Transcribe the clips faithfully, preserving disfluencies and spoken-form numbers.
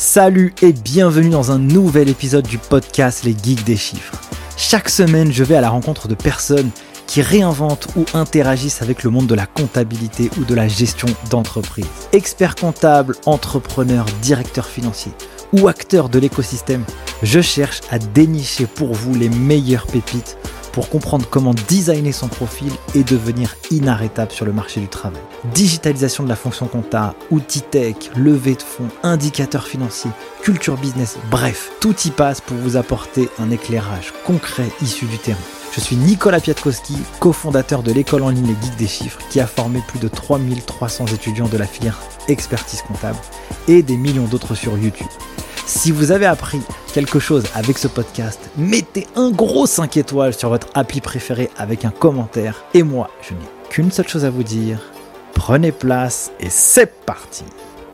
Salut et bienvenue dans un nouvel épisode du podcast Les Geeks des Chiffres. Chaque semaine, je vais à la rencontre de personnes qui réinventent ou interagissent avec le monde de la comptabilité ou de la gestion d'entreprise. Experts comptables, entrepreneurs, directeurs financiers ou acteurs de l'écosystème, je cherche à dénicher pour vous les meilleures pépites pour comprendre comment designer son profil et devenir inarrêtable sur le marché du travail. Digitalisation de la fonction compta, outils tech, levée de fonds, indicateurs financiers, culture business, bref, tout y passe pour vous apporter un éclairage concret issu du terrain. Je suis Nicolas Piatkowski, cofondateur de l'école en ligne Les Geeks des Chiffres, qui a formé plus de trois mille trois cents étudiants de la filière expertise comptable et des millions d'autres sur YouTube. Si vous avez appris quelque chose avec ce podcast, mettez un gros cinq étoiles sur votre appli préférée avec un commentaire. Et moi, je n'ai qu'une seule chose à vous dire. Prenez place et c'est parti!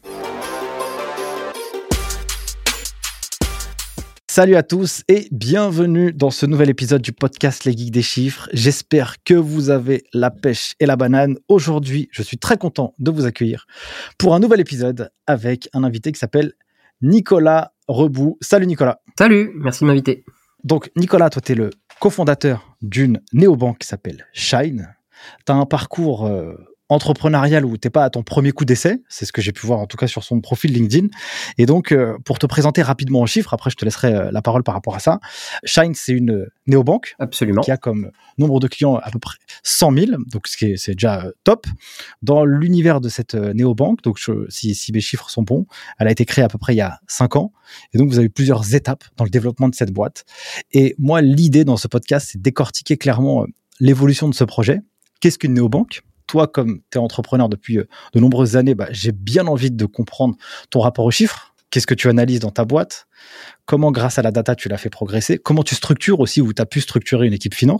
Salut à tous et bienvenue dans ce nouvel épisode du podcast Les Geeks des Chiffres. J'espère que vous avez la pêche et la banane. Aujourd'hui, je suis très content de vous accueillir pour un nouvel épisode avec un invité qui s'appelle Nicolas Rebout. Salut Nicolas. Salut, merci de m'inviter. Donc Nicolas, toi tu es le cofondateur d'une néobanque qui s'appelle Shine. Tu as un parcours euh, entrepreneurial où tu n'es pas à ton premier coup d'essai, c'est ce que j'ai pu voir en tout cas sur son profil LinkedIn. Et donc euh, pour te présenter rapidement en chiffres, après je te laisserai euh, la parole par rapport à ça. Shine, c'est une néobanque. Absolument. Qui a comme nombre de clients à peu près cent mille, donc ce qui est, c'est déjà euh, top. Dans l'univers de cette euh, néobanque, donc je, si, si mes chiffres sont bons, elle a été créée à peu près il y a cinq ans. Et donc vous avez plusieurs étapes dans le développement de cette boîte. Et moi, l'idée dans ce podcast, c'est de décortiquer clairement euh, l'évolution de ce projet. Qu'est-ce qu'une néobanque ? Toi, comme tu es entrepreneur depuis de nombreuses années, bah, j'ai bien envie de comprendre ton rapport aux chiffres. Qu'est-ce que tu analyses dans ta boîte ? Comment, grâce à la data, tu l'as fait progresser ? Comment tu structures aussi, où tu as pu structurer une équipe finance ?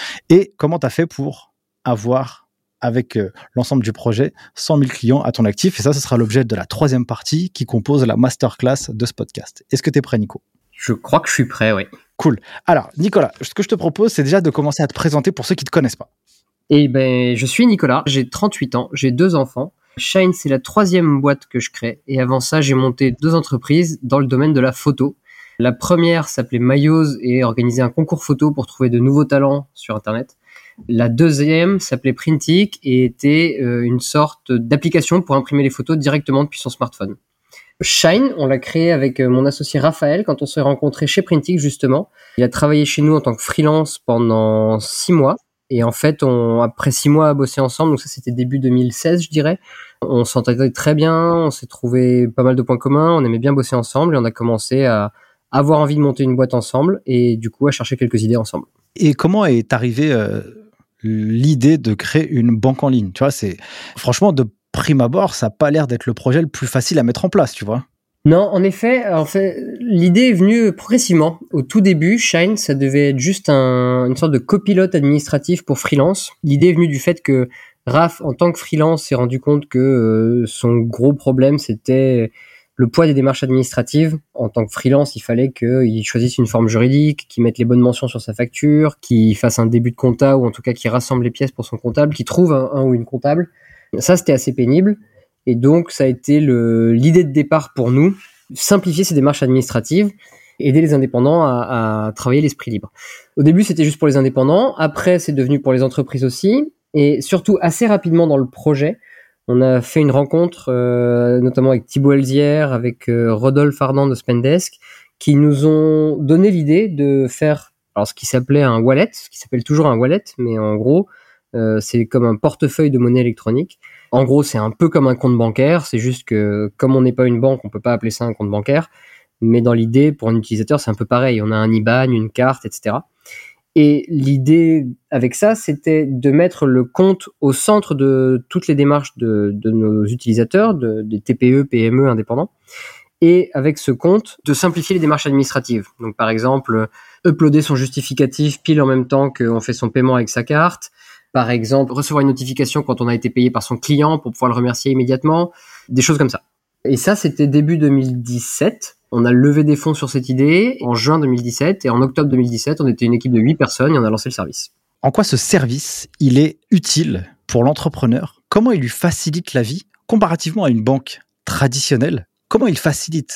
Et comment tu as fait pour avoir, avec euh, l'ensemble du projet, cent mille clients à ton actif ? Et ça, ce sera l'objet de la troisième partie qui compose la masterclass de ce podcast. Est-ce que tu es prêt, Nico ? Je crois que je suis prêt, oui. Cool. Alors, Nicolas, ce que je te propose, c'est déjà de commencer à te présenter pour ceux qui ne te connaissent pas. Eh ben, je suis Nicolas, j'ai trente-huit ans, j'ai deux enfants. Shine, c'est la troisième boîte que je crée. Et avant ça, j'ai monté deux entreprises dans le domaine de la photo. La première s'appelait Mayoz et organisait un concours photo pour trouver de nouveaux talents sur Internet. La deuxième s'appelait Printic et était euh, une sorte d'application pour imprimer les photos directement depuis son smartphone. Shine, on l'a créé avec mon associé Raphaël quand on s'est rencontrés chez Printic justement. Il a travaillé chez nous en tant que freelance pendant six mois. Et en fait, on, après six mois à bosser ensemble, donc ça c'était début deux mille seize, je dirais, on s'entendait très bien, on s'est trouvé pas mal de points communs, on aimait bien bosser ensemble et on a commencé à avoir envie de monter une boîte ensemble et du coup à chercher quelques idées ensemble. Et comment est arrivée euh, l'idée de créer une banque en ligne ? Tu vois, c'est franchement de prime abord, ça n'a pas l'air d'être le projet le plus facile à mettre en place, tu vois. Non, en effet, en fait, l'idée est venue progressivement. Au tout début, Shine, ça devait être juste un, une sorte de copilote administratif pour freelance. L'idée est venue du fait que Raph, en tant que freelance, s'est rendu compte que euh, son gros problème, c'était le poids des démarches administratives. En tant que freelance, il fallait qu'il choisisse une forme juridique, qu'il mette les bonnes mentions sur sa facture, qu'il fasse un début de compta, ou en tout cas qu'il rassemble les pièces pour son comptable, qu'il trouve un, un ou une comptable. Ça, c'était assez pénible. Et donc, ça a été le, l'idée de départ pour nous, simplifier ces démarches administratives, aider les indépendants à, à travailler l'esprit libre. Au début, c'était juste pour les indépendants. Après, c'est devenu pour les entreprises aussi. Et surtout, assez rapidement dans le projet, on a fait une rencontre, euh, notamment avec Thibaut Elzière, avec euh, Rodolphe Ardan de Spendesk, qui nous ont donné l'idée de faire alors ce qui s'appelait un wallet, ce qui s'appelle toujours un wallet, mais en gros, euh, c'est comme un portefeuille de monnaie électronique. En gros, c'est un peu comme un compte bancaire, c'est juste que comme on n'est pas une banque, on peut pas appeler ça un compte bancaire, mais dans l'idée, pour un utilisateur, c'est un peu pareil. On a un I B A N, une carte, et cetera. Et l'idée avec ça, c'était de mettre le compte au centre de toutes les démarches de, de nos utilisateurs, de, des T P E, P M E indépendants, et avec ce compte, de simplifier les démarches administratives. Donc par exemple, uploader son justificatif pile en même temps qu'on fait son paiement avec sa carte, par exemple, recevoir une notification quand on a été payé par son client pour pouvoir le remercier immédiatement, des choses comme ça. Et ça, c'était début deux mille dix-sept. On a levé des fonds sur cette idée en juin deux mille dix-sept et en octobre deux mille dix-sept, on était une équipe de huit personnes et on a lancé le service. En quoi ce service, il est utile pour l'entrepreneur ? Comment il lui facilite la vie comparativement à une banque traditionnelle ? Comment il facilite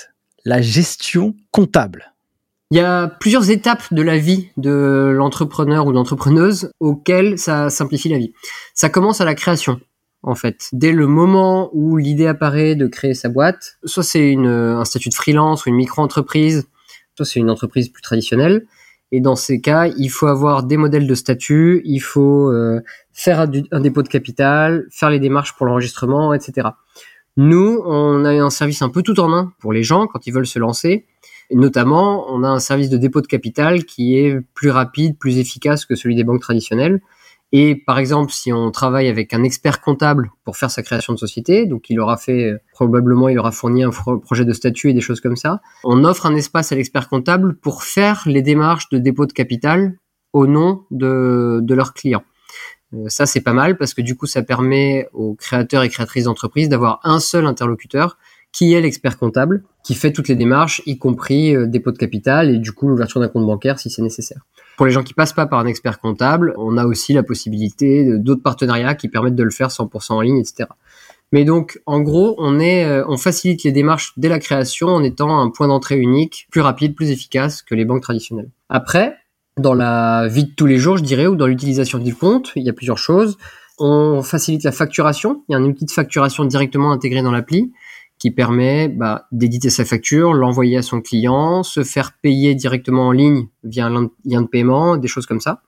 la gestion comptable? Il y a plusieurs étapes de la vie de l'entrepreneur ou de l'entrepreneuse auxquelles ça simplifie la vie. Ça commence à la création, en fait. Dès le moment où l'idée apparaît de créer sa boîte, soit c'est une, un statut de freelance ou une micro-entreprise, soit c'est une entreprise plus traditionnelle. Et dans ces cas, il faut avoir des modèles de statut, il faut euh, faire un, un dépôt de capital, faire les démarches pour l'enregistrement, et cetera. Nous, on a un service un peu tout en un pour les gens quand ils veulent se lancer. Et notamment, on a un service de dépôt de capital qui est plus rapide, plus efficace que celui des banques traditionnelles. Et par exemple, si on travaille avec un expert comptable pour faire sa création de société, donc il aura fait, probablement, il aura fourni un projet de statut et des choses comme ça, on offre un espace à l'expert comptable pour faire les démarches de dépôt de capital au nom de, de leurs clients. Ça, c'est pas mal parce que du coup, ça permet aux créateurs et créatrices d'entreprises d'avoir un seul interlocuteur qui est l'expert comptable, qui fait toutes les démarches, y compris euh, dépôt de capital et du coup l'ouverture d'un compte bancaire si c'est nécessaire. Pour les gens qui passent pas par un expert comptable, on a aussi la possibilité de, d'autres partenariats qui permettent de le faire cent pour cent en ligne, et cetera. Mais donc, en gros, on est, euh, on facilite les démarches dès la création en étant un point d'entrée unique, plus rapide, plus efficace que les banques traditionnelles. Après, dans la vie de tous les jours, je dirais, ou dans l'utilisation du compte, il y a plusieurs choses. On facilite la facturation. Il y a un outil de facturation directement intégré dans l'appli qui permet bah, d'éditer sa facture, l'envoyer à son client, se faire payer directement en ligne via un lien de paiement, des choses comme ça.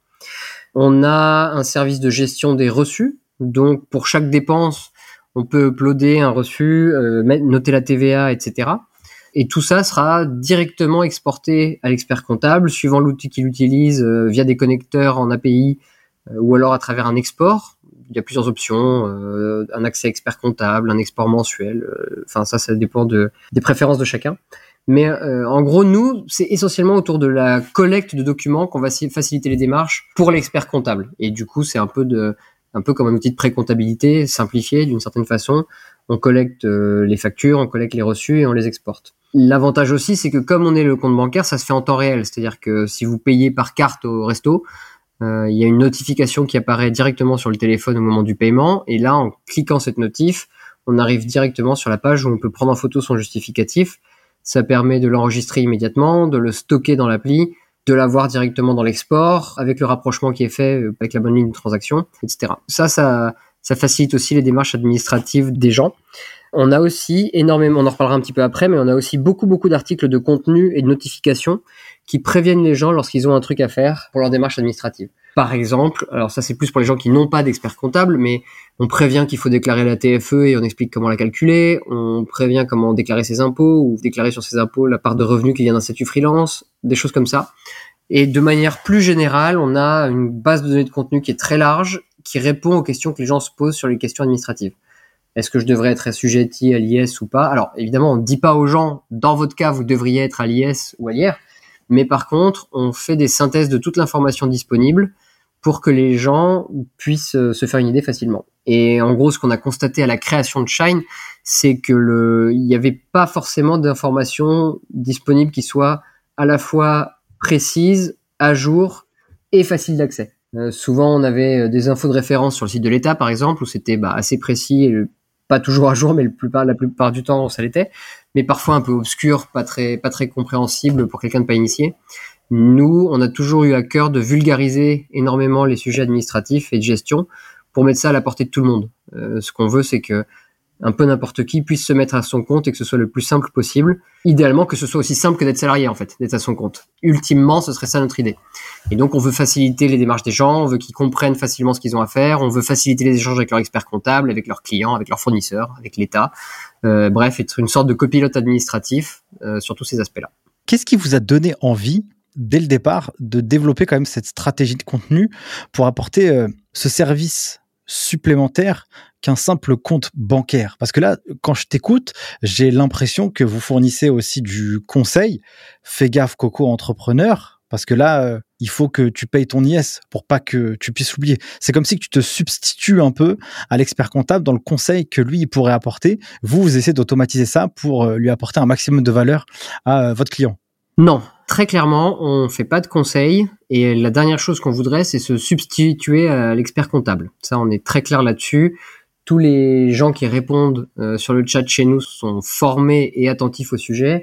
On a un service de gestion des reçus. Donc, pour chaque dépense, on peut uploader un reçu, euh, noter la T V A, et cetera. Et tout ça sera directement exporté à l'expert comptable, suivant l'outil qu'il utilise, euh, via des connecteurs en A P I euh, ou alors à travers un export. Il y a plusieurs options, euh, un accès expert comptable, un export mensuel. Enfin, euh, ça, ça dépend de, des préférences de chacun. Mais euh, en gros, nous, c'est essentiellement autour de la collecte de documents qu'on va faciliter les démarches pour l'expert comptable. Et du coup, c'est un peu de, un peu comme un outil de pré-comptabilité simplifié d'une certaine façon. On collecte euh, les factures, on collecte les reçus et on les exporte. L'avantage aussi, c'est que comme on est le compte bancaire, ça se fait en temps réel. C'est-à-dire que si vous payez par carte au resto, Euh, il y a une notification qui apparaît directement sur le téléphone au moment du paiement, et là, en cliquant cette notif, on arrive directement sur la page où on peut prendre en photo son justificatif. Ça permet de l'enregistrer immédiatement, de le stocker dans l'appli, de l'avoir directement dans l'export, avec le rapprochement qui est fait avec la bonne ligne de transaction, et cetera. Ça, ça, ça facilite aussi les démarches administratives des gens. On a aussi énormément, on en reparlera un petit peu après, mais on a aussi beaucoup, beaucoup d'articles de contenu et de notifications qui préviennent les gens lorsqu'ils ont un truc à faire pour leur démarche administrative. Par exemple, alors ça c'est plus pour les gens qui n'ont pas d'expert comptable, mais on prévient qu'il faut déclarer la T F E et on explique comment la calculer, on prévient comment déclarer ses impôts ou déclarer sur ses impôts la part de revenus qui vient d'un statut freelance, des choses comme ça. Et de manière plus générale, on a une base de données de contenu qui est très large, qui répond aux questions que les gens se posent sur les questions administratives. Est-ce que je devrais être assujetti à l'I S ou pas? Alors, évidemment, on ne dit pas aux gens, dans votre cas, vous devriez être à l'I S ou à l'I R, mais par contre, on fait des synthèses de toute l'information disponible pour que les gens puissent se faire une idée facilement. Et en gros, ce qu'on a constaté à la création de Shine, c'est que le, il n'y avait pas forcément d'informations disponibles qui soient à la fois précises, à jour et faciles d'accès. Euh, souvent, on avait des infos de référence sur le site de l'État, par exemple, où c'était bah, assez précis, et pas toujours à jour, mais le plupart, la plupart du temps, ça l'était, mais parfois un peu obscur, pas très, pas très compréhensible pour quelqu'un de pas initié. Nous, on a toujours eu à cœur de vulgariser énormément les sujets administratifs et de gestion pour mettre ça à la portée de tout le monde. Euh, ce qu'on veut, c'est que un peu n'importe qui puisse se mettre à son compte et que ce soit le plus simple possible. Idéalement, que ce soit aussi simple que d'être salarié, en fait, d'être à son compte. Ultimement, ce serait ça notre idée. Et donc, on veut faciliter les démarches des gens, on veut qu'ils comprennent facilement ce qu'ils ont à faire, on veut faciliter les échanges avec leurs experts comptables, avec leurs clients, avec leurs fournisseurs, avec l'État. Euh, bref, être une sorte de copilote administratif euh, sur tous ces aspects-là. Qu'est-ce qui vous a donné envie, dès le départ, de développer quand même cette stratégie de contenu pour apporter euh, ce service supplémentaire qu'un simple compte bancaire? Parce que là, quand je t'écoute, j'ai l'impression que vous fournissez aussi du conseil. Fais gaffe, Coco entrepreneur, parce que là, euh, il faut que tu payes ton I S pour pas que tu puisses l'oublier. C'est comme si tu te substitues un peu à l'expert comptable dans le conseil que lui, il pourrait apporter. Vous, vous essayez d'automatiser ça pour lui apporter un maximum de valeur à euh, votre client. Non, très clairement, on fait pas de conseils et la dernière chose qu'on voudrait, c'est se substituer à l'expert comptable. Ça, on est très clair là-dessus. Tous les gens qui répondent euh, sur le chat chez nous sont formés et attentifs au sujet.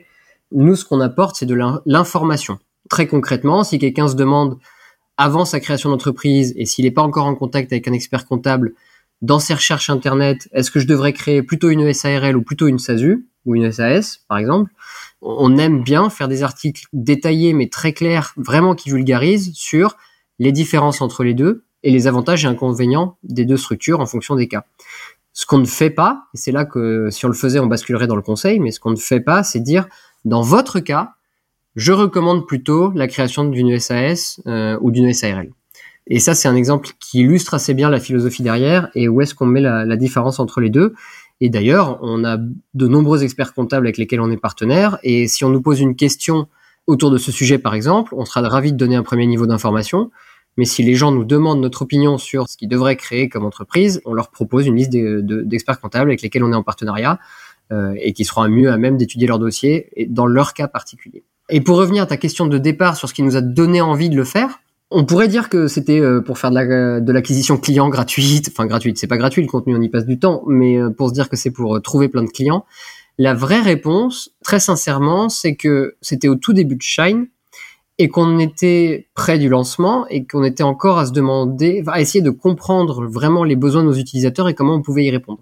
Nous, ce qu'on apporte, c'est de l'information. Très concrètement, si quelqu'un se demande avant sa création d'entreprise et s'il n'est pas encore en contact avec un expert comptable, dans ses recherches internet, est-ce que je devrais créer plutôt une S A R L ou plutôt une S A S U ou une S A S, par exemple? On aime bien faire des articles détaillés mais très clairs, vraiment qui vulgarisent sur les différences entre les deux et les avantages et inconvénients des deux structures en fonction des cas. Ce qu'on ne fait pas, et c'est là que si on le faisait, on basculerait dans le conseil, mais ce qu'on ne fait pas, c'est dire, dans votre cas, je recommande plutôt la création d'une S A S euh, ou d'une S A R L. Et ça, c'est un exemple qui illustre assez bien la philosophie derrière et où est-ce qu'on met la, la différence entre les deux. Et d'ailleurs, on a de nombreux experts comptables avec lesquels on est partenaire. Et si on nous pose une question autour de ce sujet, par exemple, on sera ravis de donner un premier niveau d'information. Mais si les gens nous demandent notre opinion sur ce qu'ils devraient créer comme entreprise, on leur propose une liste de, de, d'experts comptables avec lesquels on est en partenariat euh, et qui seront mieux à même d'étudier leur dossier et dans leur cas particulier. Et pour revenir à ta question de départ sur ce qui nous a donné envie de le faire, on pourrait dire que c'était pour faire de, la, de l'acquisition client gratuite, enfin gratuite, c'est pas gratuit le contenu, on y passe du temps, mais pour se dire que c'est pour trouver plein de clients. La vraie réponse, très sincèrement, c'est que c'était au tout début de Shine et qu'on était près du lancement et qu'on était encore à se demander, à essayer de comprendre vraiment les besoins de nos utilisateurs et comment on pouvait y répondre.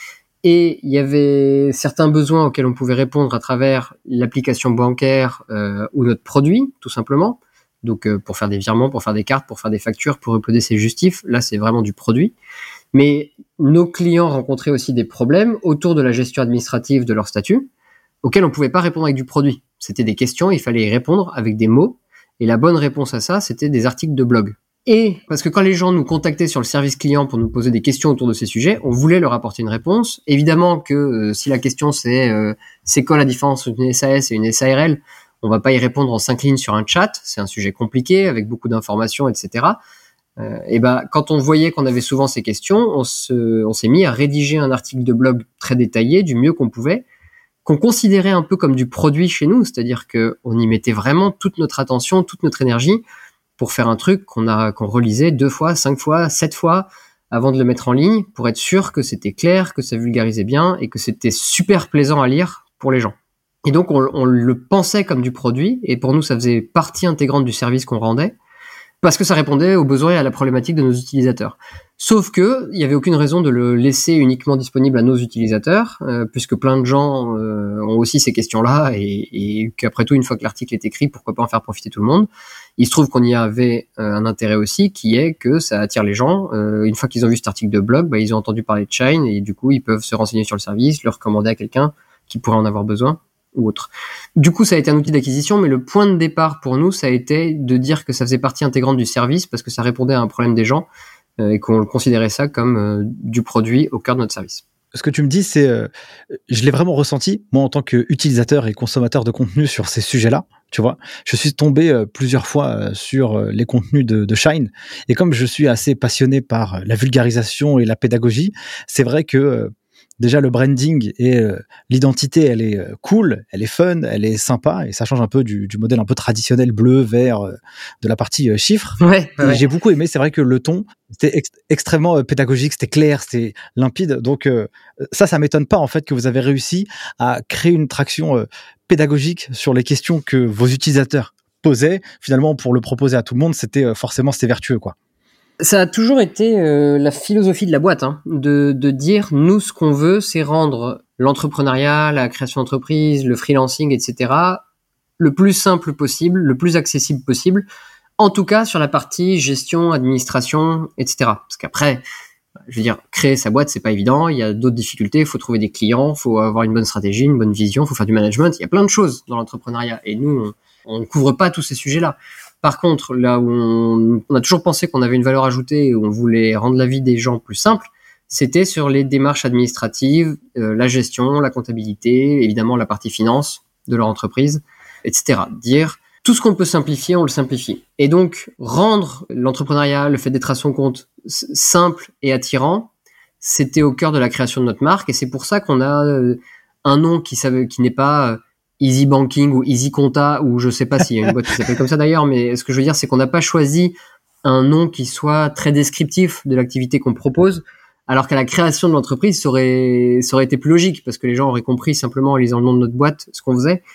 Et il y avait certains besoins auxquels on pouvait répondre à travers l'application bancaire euh, ou notre produit, tout simplement. Donc euh, pour faire des virements, pour faire des cartes, pour faire des factures, pour uploader ses justifs, là c'est vraiment du produit. Mais nos clients rencontraient aussi des problèmes autour de la gestion administrative de leur statut, auxquels on ne pouvait pas répondre avec du produit. C'était des questions, il fallait y répondre avec des mots, et la bonne réponse à ça, c'était des articles de blog. Et parce que quand les gens nous contactaient sur le service client pour nous poser des questions autour de ces sujets, on voulait leur apporter une réponse. Évidemment que euh, si la question c'est euh, c'est quoi la différence entre une S A S et une S A R L, on va pas y répondre en cinq lignes sur un chat, c'est un sujet compliqué avec beaucoup d'informations, et cetera. Euh, et ben quand on voyait qu'on avait souvent ces questions, on se, on s'est mis à rédiger un article de blog très détaillé, du mieux qu'on pouvait, qu'on considérait un peu comme du produit chez nous, c'est-à-dire que on y mettait vraiment toute notre attention, toute notre énergie pour faire un truc qu'on a, qu'on relisait deux fois, cinq fois, sept fois avant de le mettre en ligne, pour être sûr que c'était clair, que ça vulgarisait bien et que c'était super plaisant à lire pour les gens. Et donc, on, on le pensait comme du produit, et pour nous, ça faisait partie intégrante du service qu'on rendait, parce que ça répondait aux besoins et à la problématique de nos utilisateurs. Sauf que, il n'y avait aucune raison de le laisser uniquement disponible à nos utilisateurs, euh, puisque plein de gens euh, ont aussi ces questions-là, et, et qu'après tout, une fois que l'article est écrit, pourquoi pas en faire profiter tout le monde. Il se trouve qu'on y avait euh, un intérêt aussi, qui est que ça attire les gens. Euh, une fois qu'ils ont vu cet article de blog, bah, ils ont entendu parler de Shine, et du coup, ils peuvent se renseigner sur le service, le recommander à quelqu'un qui pourrait en avoir besoin, ou autre. Du coup, ça a été un outil d'acquisition, mais le point de départ pour nous, ça a été de dire que ça faisait partie intégrante du service parce que ça répondait à un problème des gens euh, et qu'on considérait ça comme euh, du produit au cœur de notre service. Ce que tu me dis, c'est, euh, je l'ai vraiment ressenti, moi en tant qu'utilisateur et consommateur de contenu sur ces sujets-là, tu vois. Je suis tombé euh, plusieurs fois euh, sur euh, les contenus de, de Shine, et comme je suis assez passionné par la vulgarisation et la pédagogie, c'est vrai que euh, déjà, le branding et euh, l'identité, elle est euh, cool, elle est fun, elle est sympa, et ça change un peu du, du modèle un peu traditionnel bleu, vert euh, de la partie euh, chiffres. Ouais, ouais. Et j'ai beaucoup aimé, c'est vrai que le ton, c'était ex- extrêmement euh, pédagogique, c'était clair, c'était limpide. Donc euh, ça, ça m'étonne pas en fait que vous avez réussi à créer une traction euh, pédagogique sur les questions que vos utilisateurs posaient. Finalement, pour le proposer à tout le monde, c'était euh, forcément c'était vertueux, quoi. Ça a toujours été euh, la philosophie de la boîte, hein, de, de dire, nous, ce qu'on veut, c'est rendre l'entrepreneuriat, la création d'entreprise, le freelancing, et cetera, le plus simple possible, le plus accessible possible, en tout cas sur la partie gestion, administration, et cetera. Parce qu'après, je veux dire, créer sa boîte, c'est pas évident, il y a d'autres difficultés, il faut trouver des clients, il faut avoir une bonne stratégie, une bonne vision, il faut faire du management, il y a plein de choses dans l'entrepreneuriat, et nous, on ne couvre pas tous ces sujets-là. Par contre, là où on, on a toujours pensé qu'on avait une valeur ajoutée et où on voulait rendre la vie des gens plus simple, c'était sur les démarches administratives, euh, la gestion, la comptabilité, évidemment la partie finance de leur entreprise, et cetera. Dire tout ce qu'on peut simplifier, on le simplifie. Et donc, rendre l'entrepreneuriat, le fait d'être à son compte, simple et attirant, c'était au cœur de la création de notre marque. Et c'est pour ça qu'on a euh, un nom qui, savait, qui n'est pas... Euh, Easy Banking ou Easy Compta, ou je sais pas s'il y a une boîte qui s'appelle comme ça d'ailleurs, mais ce que je veux dire, c'est qu'on n'a pas choisi un nom qui soit très descriptif de l'activité qu'on propose, alors qu'à la création de l'entreprise, ça aurait, ça aurait été plus logique, parce que les gens auraient compris simplement en lisant le nom de notre boîte ce qu'on faisait.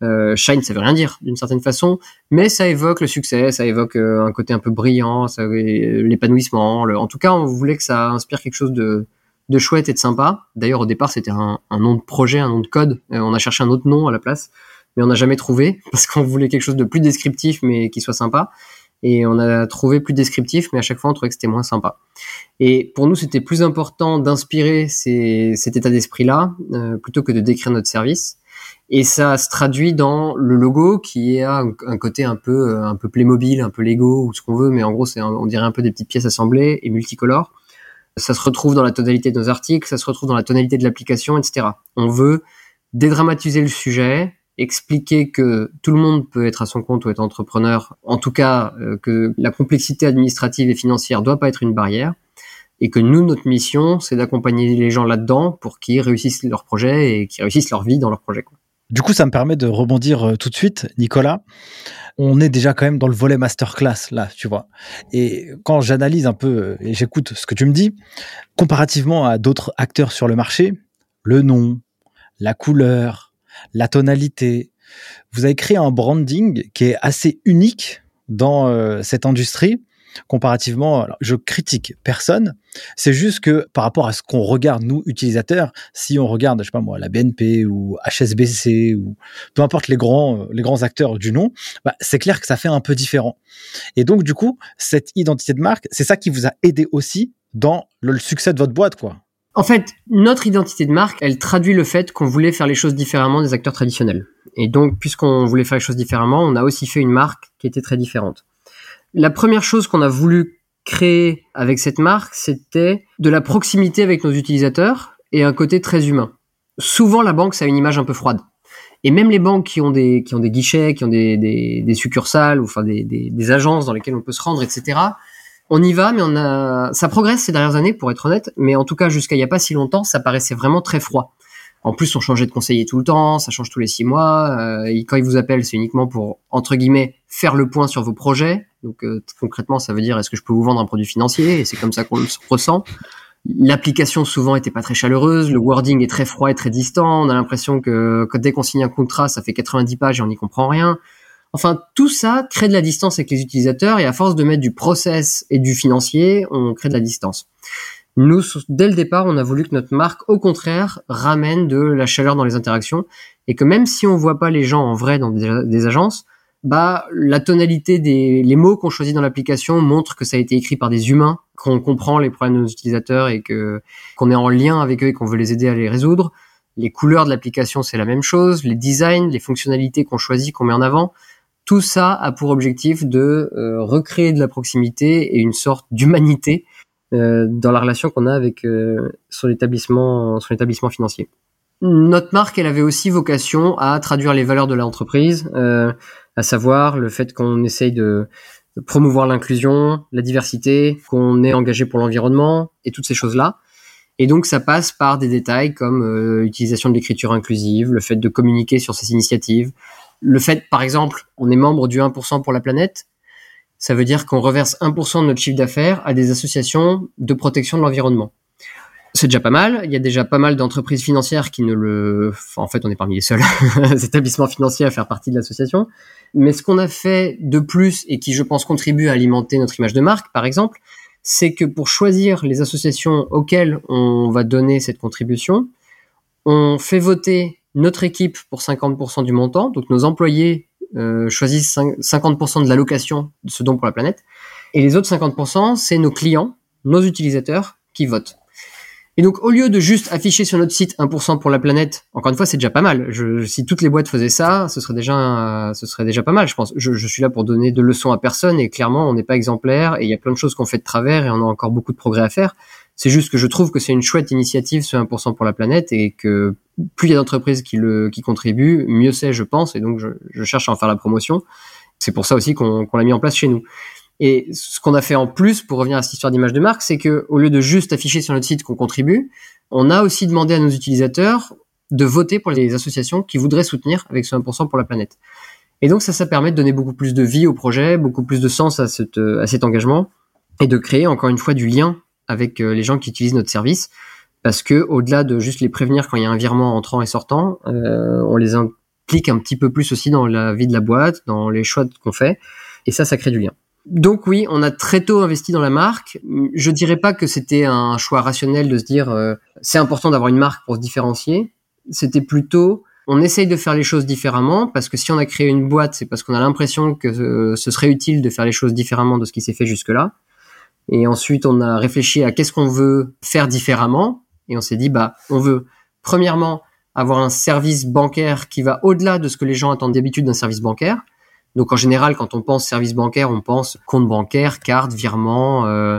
Euh, shine, ça veut rien dire d'une certaine façon, mais ça évoque le succès, ça évoque euh, un côté un peu brillant, ça, l'épanouissement. Le... En tout cas, on voulait que ça inspire quelque chose de, de chouette et de sympa. D'ailleurs, au départ, c'était un, un nom de projet, un nom de code. Euh, on a cherché un autre nom à la place, mais on n'a jamais trouvé parce qu'on voulait quelque chose de plus descriptif, mais qui soit sympa. Et on a trouvé plus descriptif, mais à chaque fois, on trouvait que c'était moins sympa. Et pour nous, c'était plus important d'inspirer ces, cet état d'esprit-là euh, plutôt que de décrire notre service. Et ça se traduit dans le logo qui a un, un côté un peu un peu Playmobil, un peu Lego ou ce qu'on veut, mais en gros c'est un, on dirait un peu des petites pièces assemblées et multicolores. Ça se retrouve dans la tonalité de nos articles, ça se retrouve dans la tonalité de l'application, et cetera. On veut dédramatiser le sujet, expliquer que tout le monde peut être à son compte ou être entrepreneur, en tout cas euh, que la complexité administrative et financière doit pas être une barrière, et que nous, notre mission, c'est d'accompagner les gens là-dedans pour qu'ils réussissent leur projet et qu'ils réussissent leur vie dans leur projet, quoi. Du coup, ça me permet de rebondir euh, tout de suite, Nicolas. On est déjà quand même dans le volet masterclass, là, tu vois. Et quand j'analyse un peu euh, et j'écoute ce que tu me dis, comparativement à d'autres acteurs sur le marché, le nom, la couleur, la tonalité, vous avez créé un branding qui est assez unique dans euh, cette industrie. Comparativement, alors, je critique personne, c'est juste que par rapport à ce qu'on regarde, nous, utilisateurs, si on regarde, je sais pas moi, la B N P ou H S B C ou peu importe les grands, les grands acteurs du nom, bah, c'est clair que ça fait un peu différent. Et donc, du coup, cette identité de marque, c'est ça qui vous a aidé aussi dans le succès de votre boîte, quoi. En fait, notre identité de marque, elle traduit le fait qu'on voulait faire les choses différemment des acteurs traditionnels. Et donc, puisqu'on voulait faire les choses différemment, on a aussi fait une marque qui était très différente. La première chose qu'on a voulu créer avec cette marque, c'était de la proximité avec nos utilisateurs et un côté très humain. Souvent, la banque, ça a une image un peu froide. Et même les banques qui ont des, qui ont des guichets, qui ont des, des, des succursales, ou enfin des, des, des agences dans lesquelles on peut se rendre, et cetera, on y va, mais on a, ça progresse ces dernières années, pour être honnête, mais en tout cas, jusqu'à il y a pas si longtemps, ça paraissait vraiment très froid. En plus, on changeait de conseiller tout le temps, ça change tous les six mois. Euh, et quand ils vous appellent, c'est uniquement pour, entre guillemets, faire le point sur vos projets. Donc euh, concrètement, ça veut dire est-ce que je peux vous vendre un produit financier ? Et c'est comme ça qu'on le ressent. L'application souvent était pas très chaleureuse, le wording est très froid et très distant. On a l'impression que, que dès qu'on signe un contrat, ça fait quatre-vingt-dix pages et on n'y comprend rien. Enfin, tout ça crée de la distance avec les utilisateurs et à force de mettre du process et du financier, on crée de la distance. Nous, dès le départ, on a voulu que notre marque, au contraire, ramène de la chaleur dans les interactions et que même si on voit pas les gens en vrai dans des, des agences, bah, la tonalité des, les mots qu'on choisit dans l'application montrent que ça a été écrit par des humains, qu'on comprend les problèmes de nos utilisateurs et que, qu'on est en lien avec eux et qu'on veut les aider à les résoudre. Les couleurs de l'application, c'est la même chose. Les designs, les fonctionnalités qu'on choisit, qu'on met en avant. Tout ça a pour objectif de euh, recréer de la proximité et une sorte d'humanité Euh, dans la relation qu'on a avec euh, son établissement, son établissement financier. Notre marque, elle avait aussi vocation à traduire les valeurs de l'entreprise, euh, à savoir le fait qu'on essaye de, de promouvoir l'inclusion, la diversité, qu'on est engagé pour l'environnement et toutes ces choses-là. Et donc, ça passe par des détails comme euh, l'utilisation de l'écriture inclusive, le fait de communiquer sur ces initiatives, le fait, par exemple, on est membre du un pour cent pour la planète. Ça veut dire qu'on reverse un pour cent de notre chiffre d'affaires à des associations de protection de l'environnement. C'est déjà pas mal. Il y a déjà pas mal d'entreprises financières qui ne le... Enfin, en fait, on est parmi les seuls établissements financiers à faire partie de l'association. Mais ce qu'on a fait de plus et qui, je pense, contribue à alimenter notre image de marque, par exemple, c'est que pour choisir les associations auxquelles on va donner cette contribution, on fait voter notre équipe pour cinquante pour cent du montant, donc nos employés Euh, choisissent cinquante pour cent de l'allocation de ce don pour la planète. Et les autres cinquante pour cent, c'est nos clients, nos utilisateurs qui votent. Et donc, au lieu de juste afficher sur notre site un pour cent pour la planète, encore une fois, c'est déjà pas mal. Je, si toutes les boîtes faisaient ça, ce serait déjà, euh, ce serait déjà pas mal, je pense. Je, je suis là pour donner de leçons à personne et clairement, on n'est pas exemplaire et il y a plein de choses qu'on fait de travers et on a encore beaucoup de progrès à faire. C'est juste que je trouve que c'est une chouette initiative, ce un pour cent pour la planète, et que plus il y a d'entreprises qui le, qui contribuent, mieux c'est, je pense, et donc je, je cherche à en faire la promotion. C'est pour ça aussi qu'on, qu'on l'a mis en place chez nous. Et ce qu'on a fait en plus, pour revenir à cette histoire d'image de marque, c'est que au lieu de juste afficher sur notre site qu'on contribue, on a aussi demandé à nos utilisateurs de voter pour les associations qui voudraient soutenir avec ce un pour cent pour la planète. Et donc ça, ça permet de donner beaucoup plus de vie au projet, beaucoup plus de sens à, cette, à cet engagement, et de créer encore une fois du lien avec les gens qui utilisent notre service, parce que au-delà de juste les prévenir quand il y a un virement entrant et sortant, euh, on les in- s'implique un petit peu plus aussi dans la vie de la boîte, dans les choix qu'on fait. Et ça, ça crée du lien. Donc oui, on a très tôt investi dans la marque. Je dirais pas que c'était un choix rationnel de se dire euh, c'est important d'avoir une marque pour se différencier. C'était plutôt on essaye de faire les choses différemment parce que si on a créé une boîte, c'est parce qu'on a l'impression que euh, ce serait utile de faire les choses différemment de ce qui s'est fait jusque-là. Et ensuite, on a réfléchi à qu'est-ce qu'on veut faire différemment et on s'est dit bah on veut premièrement avoir un service bancaire qui va au-delà de ce que les gens attendent d'habitude d'un service bancaire. Donc en général, quand on pense service bancaire, on pense compte bancaire, carte, virement, euh,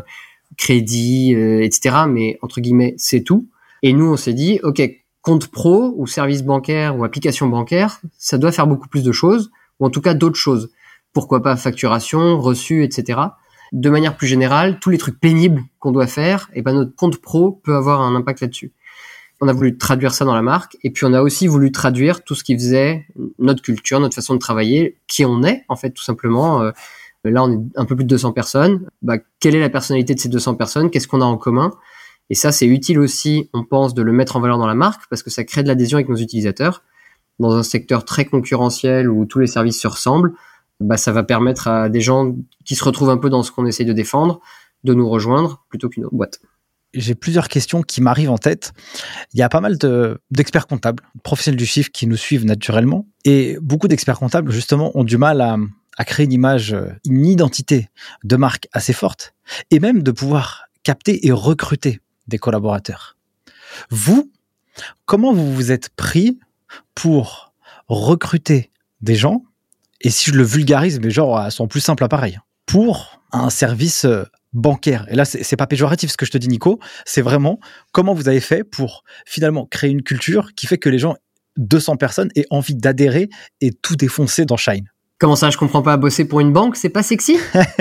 crédit, euh, et cetera. Mais entre guillemets, c'est tout. Et nous, on s'est dit, ok, compte pro ou service bancaire ou application bancaire, ça doit faire beaucoup plus de choses, ou en tout cas d'autres choses. Pourquoi pas facturation, reçu, et cetera. De manière plus générale, tous les trucs pénibles qu'on doit faire, et ben notre compte pro peut avoir un impact là-dessus. On a voulu traduire ça dans la marque et puis on a aussi voulu traduire tout ce qui faisait notre culture, notre façon de travailler, qui on est en fait tout simplement. Euh, là, on est un peu plus de deux cents personnes. Bah, quelle est la personnalité de ces deux cents personnes ? Qu'est-ce qu'on a en commun ? Et ça, c'est utile aussi, on pense, de le mettre en valeur dans la marque parce que ça crée de l'adhésion avec nos utilisateurs. Dans un secteur très concurrentiel où tous les services se ressemblent, bah, ça va permettre à des gens qui se retrouvent un peu dans ce qu'on essaye de défendre de nous rejoindre plutôt qu'une autre boîte. J'ai plusieurs questions qui m'arrivent en tête. Il y a pas mal de, d'experts comptables, de professionnels du chiffre qui nous suivent naturellement. Et beaucoup d'experts comptables, justement, ont du mal à, à créer une image, une identité de marque assez forte et même de pouvoir capter et recruter des collaborateurs. Vous, comment vous vous êtes pris pour recruter des gens, et si je le vulgarise, mais genre à son plus simple appareil, pour un service bancaire. Et là, c'est, c'est pas péjoratif ce que je te dis, Nico. C'est vraiment comment vous avez fait pour finalement créer une culture qui fait que les gens, deux cents personnes, aient envie d'adhérer et tout défoncer dans Shine. Comment ça, je comprends pas, bosser pour une banque, c'est pas sexy ?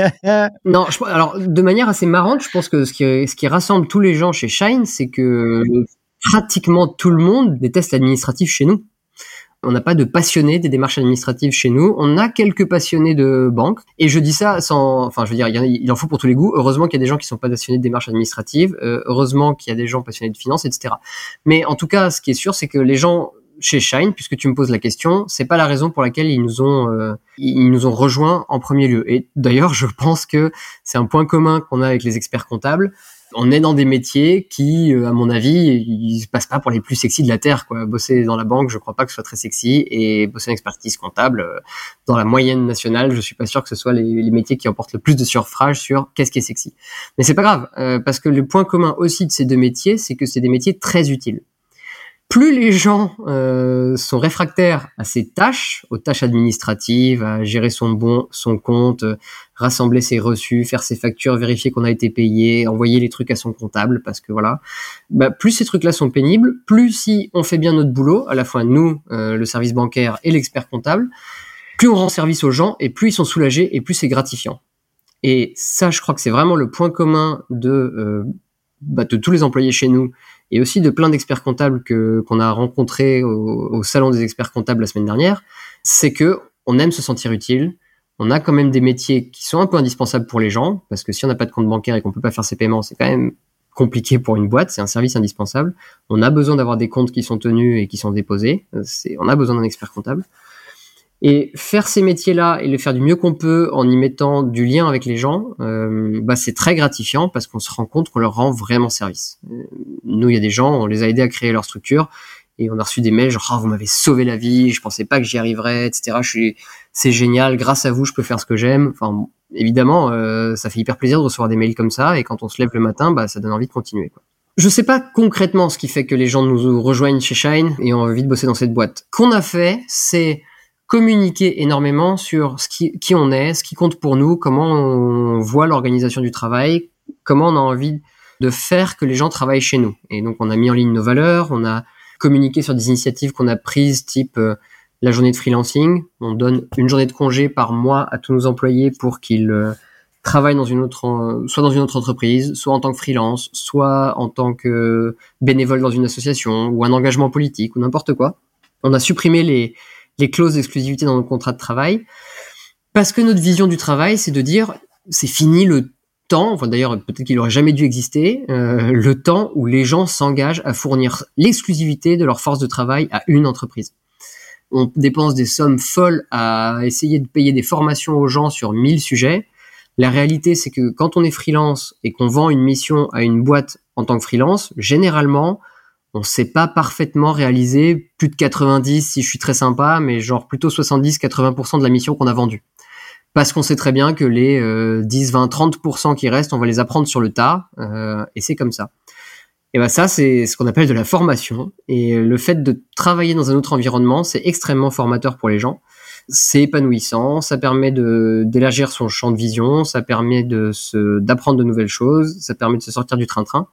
Non, je, alors de manière assez marrante, je pense que ce qui, ce qui rassemble tous les gens chez Shine, c'est que pratiquement tout le monde déteste l'administratif chez nous. On n'a pas de passionnés des démarches administratives chez nous. On a quelques passionnés de banque. Et je dis ça sans, enfin, je veux dire, il, y en, a, il en faut pour tous les goûts. Heureusement qu'il y a des gens qui sont pas passionnés de démarches administratives. Euh, heureusement qu'il y a des gens passionnés de finance, et cetera. Mais en tout cas, ce qui est sûr, c'est que les gens chez Shine, puisque tu me poses la question, c'est pas la raison pour laquelle ils nous ont, euh, ils nous ont rejoints en premier lieu. Et d'ailleurs, je pense que c'est un point commun qu'on a avec les experts comptables. On est dans des métiers qui, à mon avis, ils se passent pas pour les plus sexy de la Terre, quoi. Bosser dans la banque, je crois pas que ce soit très sexy, et bosser en expertise comptable, dans la moyenne nationale, je suis pas sûr que ce soit les, les métiers qui emportent le plus de suffrage sur qu'est-ce qui est sexy. Mais c'est pas grave, euh, parce que le point commun aussi de ces deux métiers, c'est que c'est des métiers très utiles. Plus les gens euh, sont réfractaires à ces tâches, aux tâches administratives, à gérer son bon, son compte, euh, rassembler ses reçus, faire ses factures, vérifier qu'on a été payé, envoyer les trucs à son comptable, parce que voilà, bah, plus ces trucs-là sont pénibles, plus si on fait bien notre boulot, à la fois nous, euh, le service bancaire et l'expert comptable, plus on rend service aux gens et plus ils sont soulagés et plus c'est gratifiant. Et ça, je crois que c'est vraiment le point commun de, euh, bah, de tous les employés chez nous et aussi de plein d'experts comptables que, qu'on a rencontrés au, au salon des experts comptables la semaine dernière, c'est que on aime se sentir utile. On a quand même des métiers qui sont un peu indispensables pour les gens, parce que si on n'a pas de compte bancaire et qu'on peut pas faire ses paiements, c'est quand même compliqué pour une boîte, c'est un service indispensable. On a besoin d'avoir des comptes qui sont tenus et qui sont déposés. C'est, on a besoin d'un expert comptable. Et faire ces métiers-là et le faire du mieux qu'on peut en y mettant du lien avec les gens, euh, bah c'est très gratifiant parce qu'on se rend compte qu'on leur rend vraiment service. Euh, nous, il y a des gens, on les a aidés à créer leur structure et on a reçu des mails genre oh, vous m'avez sauvé la vie, je pensais pas que j'y arriverais, et cetera. Je suis, c'est génial, grâce à vous, je peux faire ce que j'aime. Enfin, évidemment, euh, ça fait hyper plaisir de recevoir des mails comme ça et quand on se lève le matin, bah ça donne envie de continuer, quoi. Je sais pas concrètement ce qui fait que les gens nous rejoignent chez Shine et ont envie de bosser dans cette boîte. Ce qu'on a fait, c'est communiquer énormément sur ce qui, qui on est, ce qui compte pour nous, comment on voit l'organisation du travail, comment on a envie de faire que les gens travaillent chez nous. Et donc, on a mis en ligne nos valeurs, on a communiqué sur des initiatives qu'on a prises, type euh, la journée de freelancing. On donne une journée de congé par mois à tous nos employés pour qu'ils euh, travaillent dans une autre, euh, soit dans une autre entreprise, soit en tant que freelance, soit en tant que bénévole dans une association, ou un engagement politique, ou n'importe quoi. On a supprimé les les clauses d'exclusivité dans nos contrats de travail, parce que notre vision du travail, c'est de dire, c'est fini le temps, enfin d'ailleurs peut-être qu'il aurait jamais dû exister, euh, le temps où les gens s'engagent à fournir l'exclusivité de leur force de travail à une entreprise. on dépense des sommes folles à essayer de payer des formations aux gens sur mille sujets. La réalité, c'est que quand on est freelance et qu'on vend une mission à une boîte en tant que freelance, généralement, on ne sait pas parfaitement réaliser plus de quatre-vingt-dix, si je suis très sympa, mais genre plutôt soixante-dix à quatre-vingts pour cent de la mission qu'on a vendue. Parce qu'on sait très bien que les euh, dix, vingt, trente pour cent qui restent, on va les apprendre sur le tas, euh, et c'est comme ça. Et ben ça, c'est ce qu'on appelle de la formation. Et le fait de travailler dans un autre environnement, c'est extrêmement formateur pour les gens. C'est épanouissant, ça permet de d'élargir son champ de vision, ça permet de se d'apprendre de nouvelles choses, ça permet de se sortir du train-train.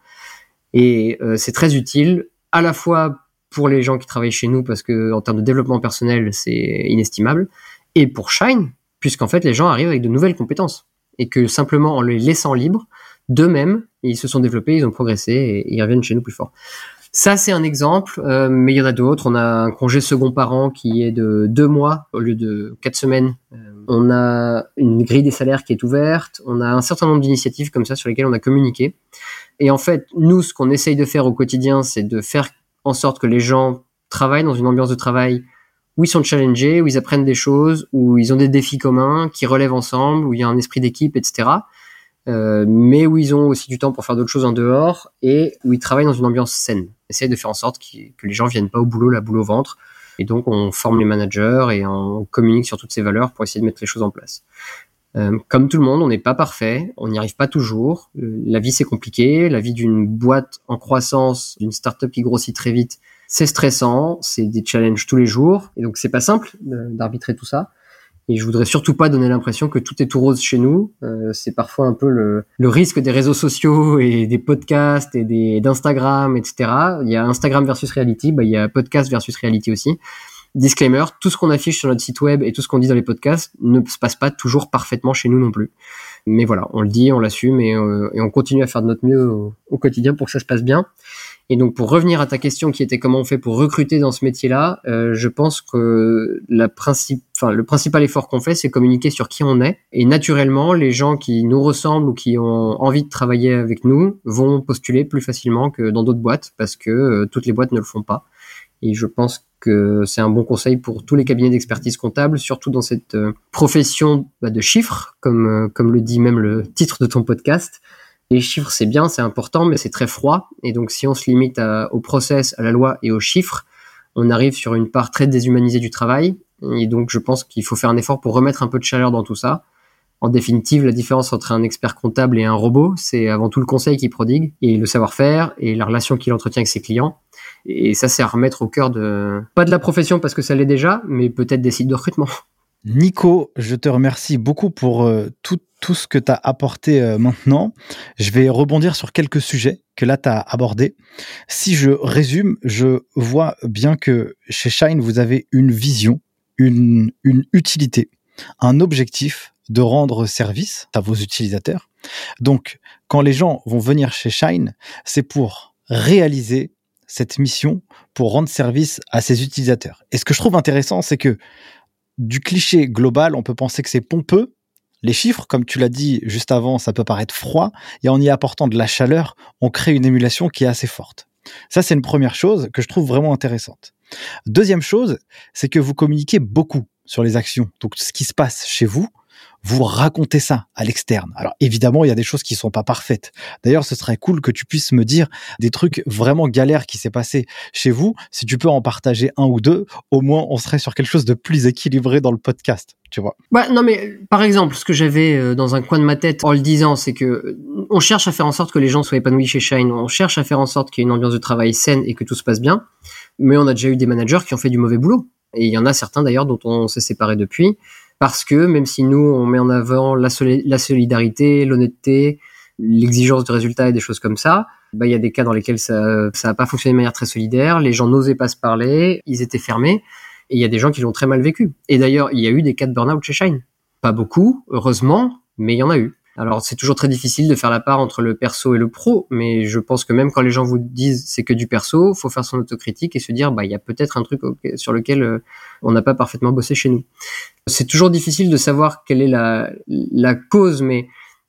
Et euh, c'est très utile à la fois pour les gens qui travaillent chez nous parce que en termes de développement personnel, c'est inestimable, et pour Shine, puisqu'en fait les gens arrivent avec de nouvelles compétences et que simplement en les laissant libres d'eux-mêmes, ils se sont développés, ils ont progressé et ils reviennent chez nous plus forts. Ça, c'est un exemple, euh, mais il y en a d'autres. On a un congé second parent qui est de deux mois au lieu de quatre semaines. Euh, on a une grille des salaires qui est ouverte. On a un certain nombre d'initiatives comme ça sur lesquelles on a communiqué. Et en fait, nous, ce qu'on essaye de faire au quotidien, c'est de faire en sorte que les gens travaillent dans une ambiance de travail où ils sont challengés, où ils apprennent des choses, où ils ont des défis communs, qui relèvent ensemble, où il y a un esprit d'équipe, et cetera. Euh, mais où ils ont aussi du temps pour faire d'autres choses en dehors et où ils travaillent dans une ambiance saine. On essaye de faire en sorte que les gens viennent pas au boulot, la boule au ventre. Et donc, on forme les managers et on communique sur toutes ces valeurs pour essayer de mettre les choses en place. Euh, comme tout le monde, on n'est pas parfait, on n'y arrive pas toujours. La vie, c'est compliqué. La vie d'une boîte en croissance, d'une start-up qui grossit très vite, c'est stressant, c'est des challenges tous les jours. Et donc, c'est pas simple d'arbitrer tout ça. Et je voudrais surtout pas donner l'impression que tout est tout rose chez nous. Euh, c'est parfois un peu le, le risque des réseaux sociaux et des podcasts et des, d'Instagram, et cetera. Il y a Instagram versus reality, bah, il y a podcast versus reality aussi. Disclaimer, tout ce qu'on affiche sur notre site web et tout ce qu'on dit dans les podcasts ne se passe pas toujours parfaitement chez nous non plus. Mais voilà, on le dit, on l'assume et, euh, et on continue à faire de notre mieux au, au quotidien pour que ça se passe bien. Et donc, pour revenir à ta question qui était comment on fait pour recruter dans ce métier-là, euh, je pense que la principe, enfin, le principal effort qu'on fait, c'est communiquer sur qui on est. Et naturellement, les gens qui nous ressemblent ou qui ont envie de travailler avec nous vont postuler plus facilement que dans d'autres boîtes parce que euh, toutes les boîtes ne le font pas. Et je pense que c'est un bon conseil pour tous les cabinets d'expertise comptable, surtout dans cette euh, profession bah, de chiffres, comme, euh, comme le dit même le titre de ton podcast. Les chiffres, c'est bien, c'est important, mais c'est très froid. Et donc, si on se limite à, au process, à la loi et aux chiffres, on arrive sur une part très déshumanisée du travail. Et donc, je pense qu'il faut faire un effort pour remettre un peu de chaleur dans tout ça. En définitive, la différence entre un expert comptable et un robot, c'est avant tout le conseil qu'il prodigue, et le savoir-faire, et la relation qu'il entretient avec ses clients. Et ça, c'est à remettre au cœur de, pas de la profession parce que ça l'est déjà, mais peut-être des sites de recrutement. Nico, je te remercie beaucoup pour euh, tout, tout ce que tu as apporté euh, maintenant. Je vais rebondir sur quelques sujets que là, tu as abordés. Si je résume, je vois bien que chez Shine, vous avez une vision, une, une utilité, un objectif de rendre service à vos utilisateurs. Donc, quand les gens vont venir chez Shine, c'est pour réaliser cette mission, pour rendre service à ses utilisateurs. Et ce que je trouve intéressant, c'est que du cliché global, on peut penser que c'est pompeux. Les chiffres, comme tu l'as dit juste avant, ça peut paraître froid. Et en y apportant de la chaleur, on crée une émulation qui est assez forte. Ça, c'est une première chose que je trouve vraiment intéressante. Deuxième chose, c'est que vous communiquez beaucoup sur les actions. Donc, ce qui se passe chez vous, vous racontez ça à l'externe. Alors, évidemment, il y a des choses qui sont pas parfaites. D'ailleurs, ce serait cool que tu puisses me dire des trucs vraiment galères qui s'est passé chez vous. Si tu peux en partager un ou deux, au moins, on serait sur quelque chose de plus équilibré dans le podcast, tu vois. Bah, non, mais, par exemple, ce que j'avais dans un coin de ma tête en le disant, c'est que on cherche à faire en sorte que les gens soient épanouis chez Shine. On cherche à faire en sorte qu'il y ait une ambiance de travail saine et que tout se passe bien. Mais on a déjà eu des managers qui ont fait du mauvais boulot. Et il y en a certains, d'ailleurs, dont on s'est séparés depuis. Parce que même si nous, on met en avant la, soli- la solidarité, l'honnêteté, l'exigence de résultats et des choses comme ça, bah, il y a des cas dans lesquels ça ça a pas fonctionné de manière très solidaire, les gens n'osaient pas se parler, ils étaient fermés, et il y a des gens qui l'ont très mal vécu. Et d'ailleurs, il y a eu des cas de burn-out chez Shine. Pas beaucoup, heureusement, mais il y en a eu. Alors, c'est toujours très difficile de faire la part entre le perso et le pro, mais je pense que même quand les gens vous disent c'est que du perso, faut faire son autocritique et se dire, bah, il y a peut-être un truc sur lequel euh, on n'a pas parfaitement bossé chez nous. C'est toujours difficile de savoir quelle est la, la cause, mais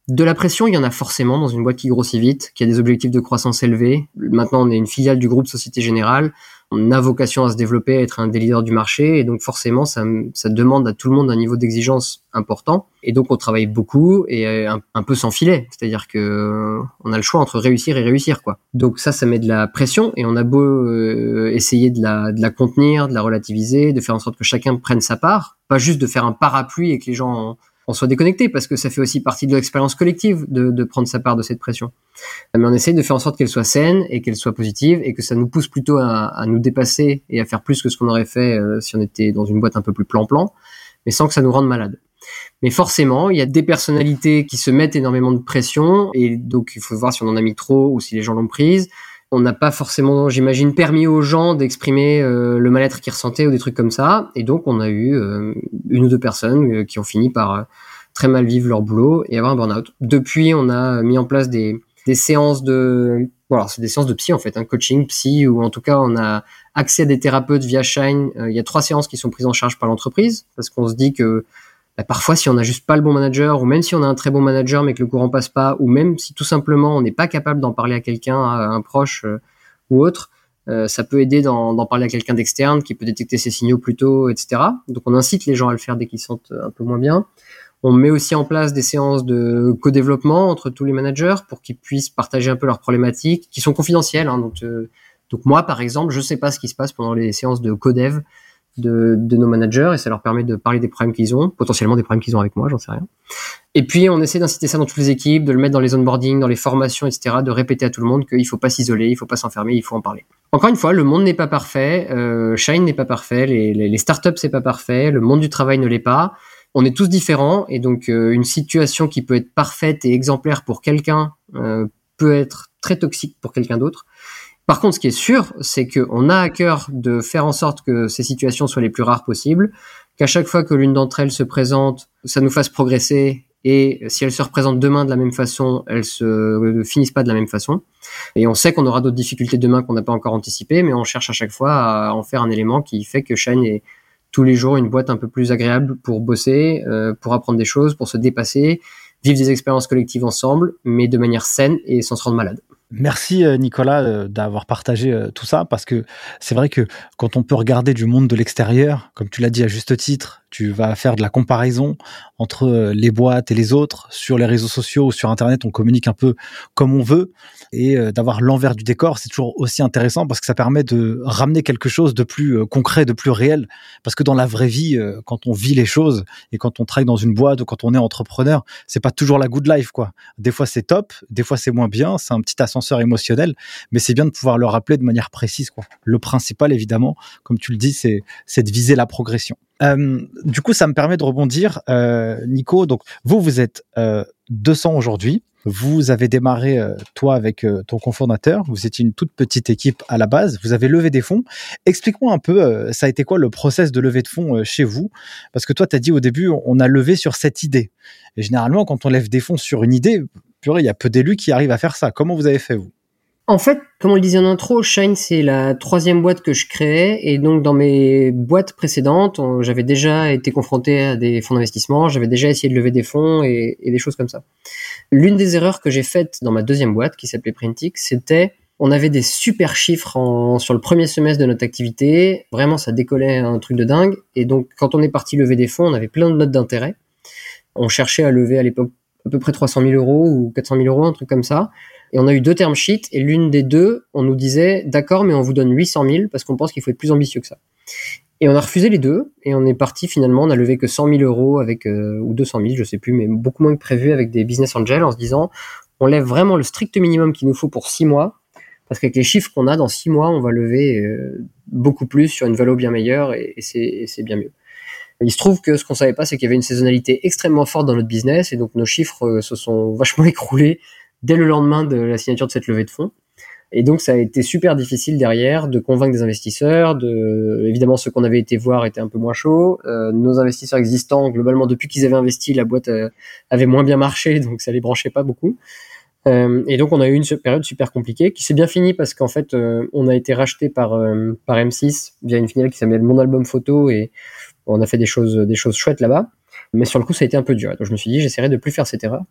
De la pression, il y en a forcément dans une boîte qui grossit vite, qui a des objectifs de croissance élevés. Maintenant, on est une filiale du groupe Société Générale. On a vocation à se développer, à être un des leaders du marché. Et donc, forcément, ça, ça demande à tout le monde un niveau d'exigence important. Et donc, on travaille beaucoup et un, un peu sans filet. C'est-à-dire que on a le choix entre réussir et réussir, quoi. Donc, ça, ça met de la pression. Et on a beau euh, essayer de la, de la contenir, de la relativiser, de faire en sorte que chacun prenne sa part. Pas juste de faire un parapluie et que les gens on soit déconnecté, parce que ça fait aussi partie de l'expérience collective de, de prendre sa part de cette pression. Mais on essaye de faire en sorte qu'elle soit saine et qu'elle soit positive et que ça nous pousse plutôt à, à nous dépasser et à faire plus que ce qu'on aurait fait euh, si on était dans une boîte un peu plus plan-plan, mais sans que ça nous rende malade. Mais forcément, il y a des personnalités qui se mettent énormément de pression et donc il faut voir si on en a mis trop ou si les gens l'ont prise. On n'a pas forcément, j'imagine, permis aux gens d'exprimer euh, le mal-être qu'ils ressentaient ou des trucs comme ça. Et donc, on a eu euh, une ou deux personnes euh, qui ont fini par euh, très mal vivre leur boulot et avoir un burn-out. Depuis, on a mis en place des, des séances de... Voilà, c'est des séances de psy, en fait, un hein, coaching, psy, ou en tout cas, on a accès à des thérapeutes via Shine. Euh, il y a trois séances qui sont prises en charge par l'entreprise parce qu'on se dit que bah, parfois, si on n'a juste pas le bon manager, ou même si on a un très bon manager mais que le courant passe pas, ou même si tout simplement on n'est pas capable d'en parler à quelqu'un, à un proche euh, ou autre, euh, ça peut aider d'en, d'en parler à quelqu'un d'externe qui peut détecter ces signaux plus tôt, et cetera. Donc on incite les gens à le faire dès qu'ils se sentent un peu moins bien. On met aussi en place des séances de co-développement entre tous les managers pour qu'ils puissent partager un peu leurs problématiques, qui sont confidentielles. Hein, donc, euh, donc moi, par exemple, je sais pas ce qui se passe pendant les séances de co-dev de, de nos managers et ça leur permet de parler des problèmes qu'ils ont, potentiellement des problèmes qu'ils ont avec moi, j'en sais rien. Et puis, on essaie d'inciter ça dans toutes les équipes, de le mettre dans les onboarding, dans les formations, et cetera, de répéter à tout le monde qu'il faut pas s'isoler, il faut pas s'enfermer, il faut en parler. Encore une fois, le monde n'est pas parfait, euh, Shine n'est pas parfait, les, les, les startups c'est pas parfait, le monde du travail ne l'est pas. On est tous différents et donc euh, une situation qui peut être parfaite et exemplaire pour quelqu'un euh, peut être très toxique pour quelqu'un d'autre. Par contre, ce qui est sûr, c'est qu'on a à cœur de faire en sorte que ces situations soient les plus rares possibles, qu'à chaque fois que l'une d'entre elles se présente, ça nous fasse progresser et si elles se représentent demain de la même façon, elles se finissent pas de la même façon. Et on sait qu'on aura d'autres difficultés demain qu'on n'a pas encore anticipées, mais on cherche à chaque fois à en faire un élément qui fait que Shine est tous les jours une boîte un peu plus agréable pour bosser, euh, pour apprendre des choses, pour se dépasser, vivre des expériences collectives ensemble, mais de manière saine et sans se rendre malade. Merci Nicolas d'avoir partagé tout ça, parce que c'est vrai que quand on peut regarder du monde de l'extérieur, comme tu l'as dit à juste titre, tu vas faire de la comparaison entre les boîtes et les autres. Sur les réseaux sociaux ou sur Internet, on communique un peu comme on veut, et d'avoir l'envers du décor, c'est toujours aussi intéressant parce que ça permet de ramener quelque chose de plus concret, de plus réel. Parce que dans la vraie vie, quand on vit les choses et quand on travaille dans une boîte ou quand on est entrepreneur, c'est pas toujours la good life, quoi. Des fois c'est top, des fois c'est moins bien, c'est un petit ascenseur émotionnel, mais c'est bien de pouvoir le rappeler de manière précise, quoi. Le principal, évidemment, comme tu le dis, c'est, c'est de viser la progression. Euh, du coup, ça me permet de rebondir, euh, Nico. Donc, vous, vous êtes euh, deux cents aujourd'hui. Vous avez démarré, euh, toi, avec euh, ton cofondateur. Vous étiez une toute petite équipe à la base. Vous avez levé des fonds. Explique-moi un peu, euh, ça a été quoi le process de levée de fonds euh, chez vous? Parce que toi, tu as dit au début, on a levé sur cette idée. Et généralement, quand on lève des fonds sur une idée, purée, il y a peu d'élus qui arrivent à faire ça. Comment vous avez fait, vous? En fait, comme on le disait en intro, Shine, c'est la troisième boîte que je créais. Et donc, dans mes boîtes précédentes, on, j'avais déjà été confronté à des fonds d'investissement. J'avais déjà essayé de lever des fonds et, et des choses comme ça. L'une des erreurs que j'ai faites dans ma deuxième boîte, qui s'appelait Printix, c'était, on avait des super chiffres en, sur le premier semestre de notre activité. Vraiment, ça décollait un truc de dingue. Et donc, quand on est parti lever des fonds, on avait plein de notes d'intérêt. On cherchait à lever à l'époque à peu près trois cent mille euros ou quatre cent mille euros, un truc comme ça. Et on a eu deux term sheets, et l'une des deux, on nous disait, d'accord, mais on vous donne huit cent mille parce qu'on pense qu'il faut être plus ambitieux que ça. Et on a refusé les deux, et on est parti finalement, on a levé que cent mille euros avec, euh, ou deux cent mille, je sais plus, mais beaucoup moins que prévu avec des business angels en se disant, on lève vraiment le strict minimum qu'il nous faut pour six mois, parce qu'avec les chiffres qu'on a dans six mois, on va lever euh, beaucoup plus sur une valo bien meilleure, et, et, c'est, et c'est bien mieux. Il se trouve que ce qu'on savait pas, c'est qu'il y avait une saisonnalité extrêmement forte dans notre business, et donc nos chiffres euh, se sont vachement écroulés dès le lendemain de la signature de cette levée de fonds. Et donc, ça a été super difficile derrière de convaincre des investisseurs. De, évidemment, ceux qu'on avait été voir étaient un peu moins chauds. Euh, nos investisseurs existants, globalement, depuis qu'ils avaient investi, la boîte euh, avait moins bien marché, donc ça les branchait pas beaucoup. Euh, et donc, on a eu une période super compliquée qui s'est bien finie parce qu'en fait, euh, on a été racheté par euh, par M six via une filiale qui s'appelle Mon Album Photo, et on a fait des choses des choses chouettes là-bas. Mais sur le coup, ça a été un peu dur. Donc, je me suis dit, j'essaierai de plus faire cette erreur.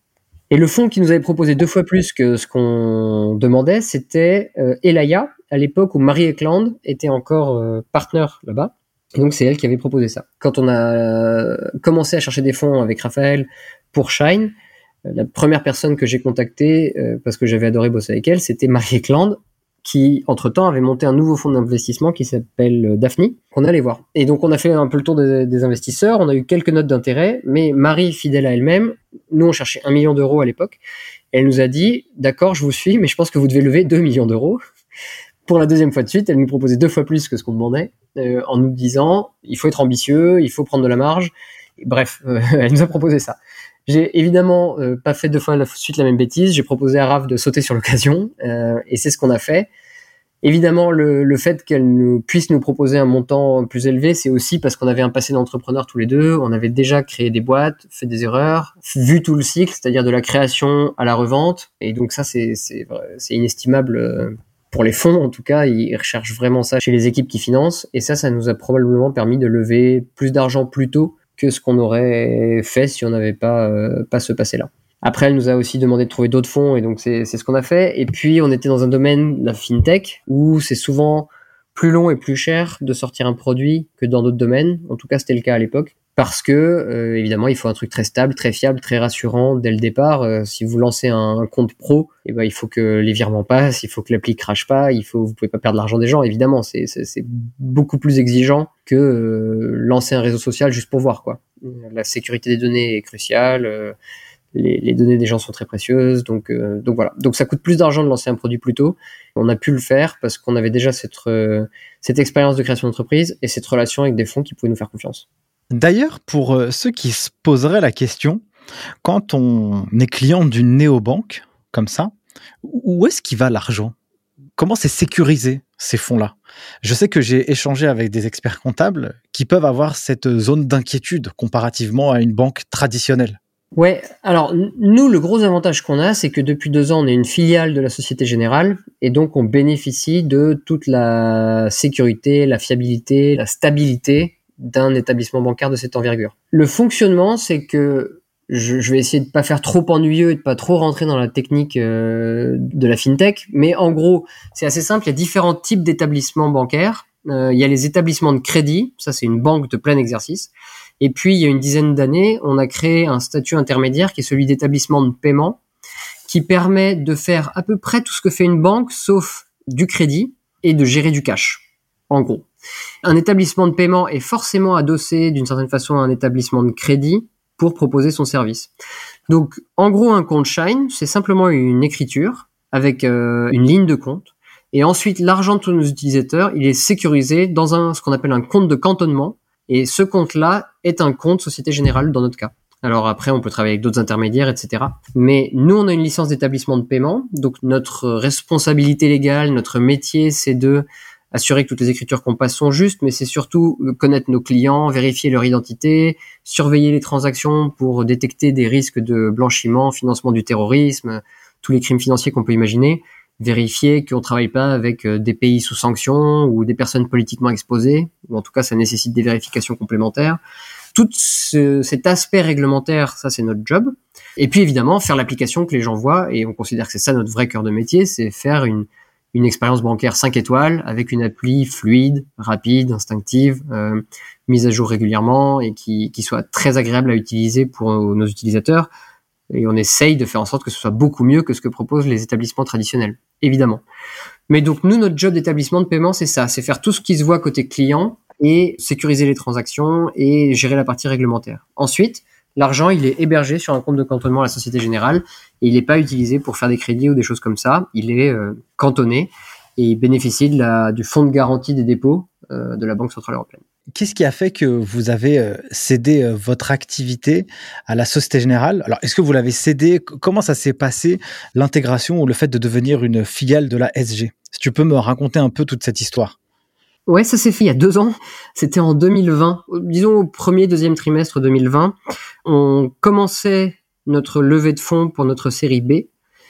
Et le fonds qui nous avait proposé deux fois plus que ce qu'on demandait, c'était euh, Elaya, à l'époque où Marie Eklund était encore euh, partenaire là-bas. Et donc, c'est elle qui avait proposé ça. Quand on a commencé à chercher des fonds avec Raphaël pour Shine, la première personne que j'ai contactée, euh, parce que j'avais adoré bosser avec elle, c'était Marie Eklund, qui, entre-temps, avait monté un nouveau fonds d'investissement qui s'appelle Daphne, qu'on allait voir. Et donc, on a fait un peu le tour des, des investisseurs, on a eu quelques notes d'intérêt, mais Marie, fidèle à elle-même, nous, on cherchait un million d'euros à l'époque, elle nous a dit, d'accord, je vous suis, mais je pense que vous devez lever deux millions d'euros. Pour la deuxième fois de suite, elle nous proposait deux fois plus que ce qu'on demandait, euh, en nous disant, il faut être ambitieux, il faut prendre de la marge. Bref, euh, elle nous a proposé ça. J'ai évidemment euh, pas fait deux fois la suite la même bêtise. J'ai proposé à Raph de sauter sur l'occasion, euh, et c'est ce qu'on a fait. Évidemment, le, le fait qu'elle nous, puisse nous proposer un montant plus élevé, c'est aussi parce qu'on avait un passé d'entrepreneur tous les deux. On avait déjà créé des boîtes, fait des erreurs, vu tout le cycle, c'est-à-dire de la création à la revente. Et donc ça, c'est, c'est, c'est inestimable pour les fonds. En tout cas, ils recherchent vraiment ça chez les équipes qui financent. Et ça, ça nous a probablement permis de lever plus d'argent plus tôt que ce qu'on aurait fait si on n'avait pas, euh, pas ce passé-là. Après, elle nous a aussi demandé de trouver d'autres fonds, et donc c'est, c'est ce qu'on a fait. Et puis, on était dans un domaine, la fintech, où c'est souvent plus long et plus cher de sortir un produit que dans d'autres domaines. En tout cas, c'était le cas à l'époque. Parce que, euh, évidemment, il faut un truc très stable, très fiable, très rassurant dès le départ. Euh, si vous lancez un, un compte pro, eh ben, il faut que les virements passent, il faut que l'appli crache pas, il faut, vous pouvez pas perdre l'argent des gens, évidemment. C'est, c'est, c'est beaucoup plus exigeant que euh, lancer un réseau social juste pour voir, quoi. La sécurité des données est cruciale. Euh, Les, les données des gens sont très précieuses, donc euh, donc voilà. Donc ça coûte plus d'argent de lancer un produit plus tôt. On a pu le faire parce qu'on avait déjà cette euh, cette expérience de création d'entreprise et cette relation avec des fonds qui pouvaient nous faire confiance. D'ailleurs, pour euh, ceux qui se poseraient la question, quand on est client d'une néobanque comme ça, où est-ce qu'il va l'argent ? Comment c'est sécurisé, ces fonds-là ? Je sais que j'ai échangé avec des experts comptables qui peuvent avoir cette zone d'inquiétude comparativement à une banque traditionnelle. Ouais, alors nous, le gros avantage qu'on a, c'est que depuis deux ans, on est une filiale de la Société Générale, et donc on bénéficie de toute la sécurité, la fiabilité, la stabilité d'un établissement bancaire de cette envergure. Le fonctionnement, c'est que je, je vais essayer de pas faire trop ennuyeux et de pas trop rentrer dans la technique euh, de la fintech, mais en gros, c'est assez simple. Il y a différents types d'établissements bancaires. Euh, il y a les établissements de crédit, ça c'est une banque de plein exercice. Et puis, il y a une dizaine d'années, on a créé un statut intermédiaire qui est celui d'établissement de paiement, qui permet de faire à peu près tout ce que fait une banque, sauf du crédit et de gérer du cash, en gros. Un établissement de paiement est forcément adossé d'une certaine façon à un étabbissement de crédit pour proposer son service. Donc, en gros, un compte Shine, c'est simplement une écriture avec euh, une ligne de compte. Et ensuite, l'argent de tous nos utilisateurs, il est sécurisé dans un ce qu'on appelle un compte de cantonnement. Et ce compte-là est un compte Société Générale dans notre cas. Alors après, on peut travailler avec d'autres intermédiaires, et cetera. Mais nous, on a une licence d'établissement de paiement. Donc notre responsabilité légale, notre métier, c'est de assurer que toutes les écritures qu'on passe sont justes, mais c'est surtout connaître nos clients, vérifier leur identité, surveiller les transactions pour détecter des risques de blanchiment, financement du terrorisme, tous les crimes financiers qu'on peut imaginer. Vérifier qu'on travaille pas avec des pays sous sanctions ou des personnes politiquement exposées, ou en tout cas ça nécessite des vérifications complémentaires. Tout ce, cet aspect réglementaire, ça c'est notre job. Et puis évidemment faire l'application que les gens voient, et on considère que c'est ça notre vrai cœur de métier, c'est faire une, une expérience bancaire cinq étoiles avec une appli fluide, rapide, instinctive, euh, mise à jour régulièrement et qui, qui soit très agréable à utiliser pour nos utilisateurs. Et on essaye de faire en sorte que ce soit beaucoup mieux que ce que proposent les établissements traditionnels, évidemment. Mais donc, nous, notre job d'établissement de paiement, c'est ça. C'est faire tout ce qui se voit côté client et sécuriser les transactions et gérer la partie réglementaire. Ensuite, l'argent, il est hébergé sur un compte de cantonnement à la Société Générale et il n'est pas utilisé pour faire des crédits ou des choses comme ça. Il est euh, cantonné et il bénéficie de la, du fonds de garantie des dépôts euh, de la Banque Centrale Européenne. Qu'est-ce qui a fait que vous avez euh, cédé euh, votre activité à la Société Générale ? Alors, est-ce que vous l'avez cédé ? Comment ça s'est passé, l'intégration ou le fait de devenir une filiale de la S G ? Si tu peux me raconter un peu toute cette histoire. Ouais, ça s'est fait il y a deux ans. C'était en deux mille vingt. Disons au premier, deuxième trimestre deux mille vingt. On commençait notre levée de fonds pour notre série B.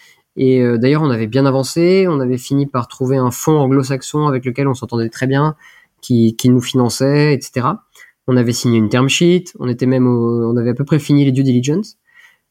Et euh, d'ailleurs, on avait bien avancé. On avait fini par trouver un fonds anglo-saxon avec lequel on s'entendait très bien, qui, qui nous finançait, et cetera. On avait signé une term sheet. On était même au, on avait à peu près fini les due diligence.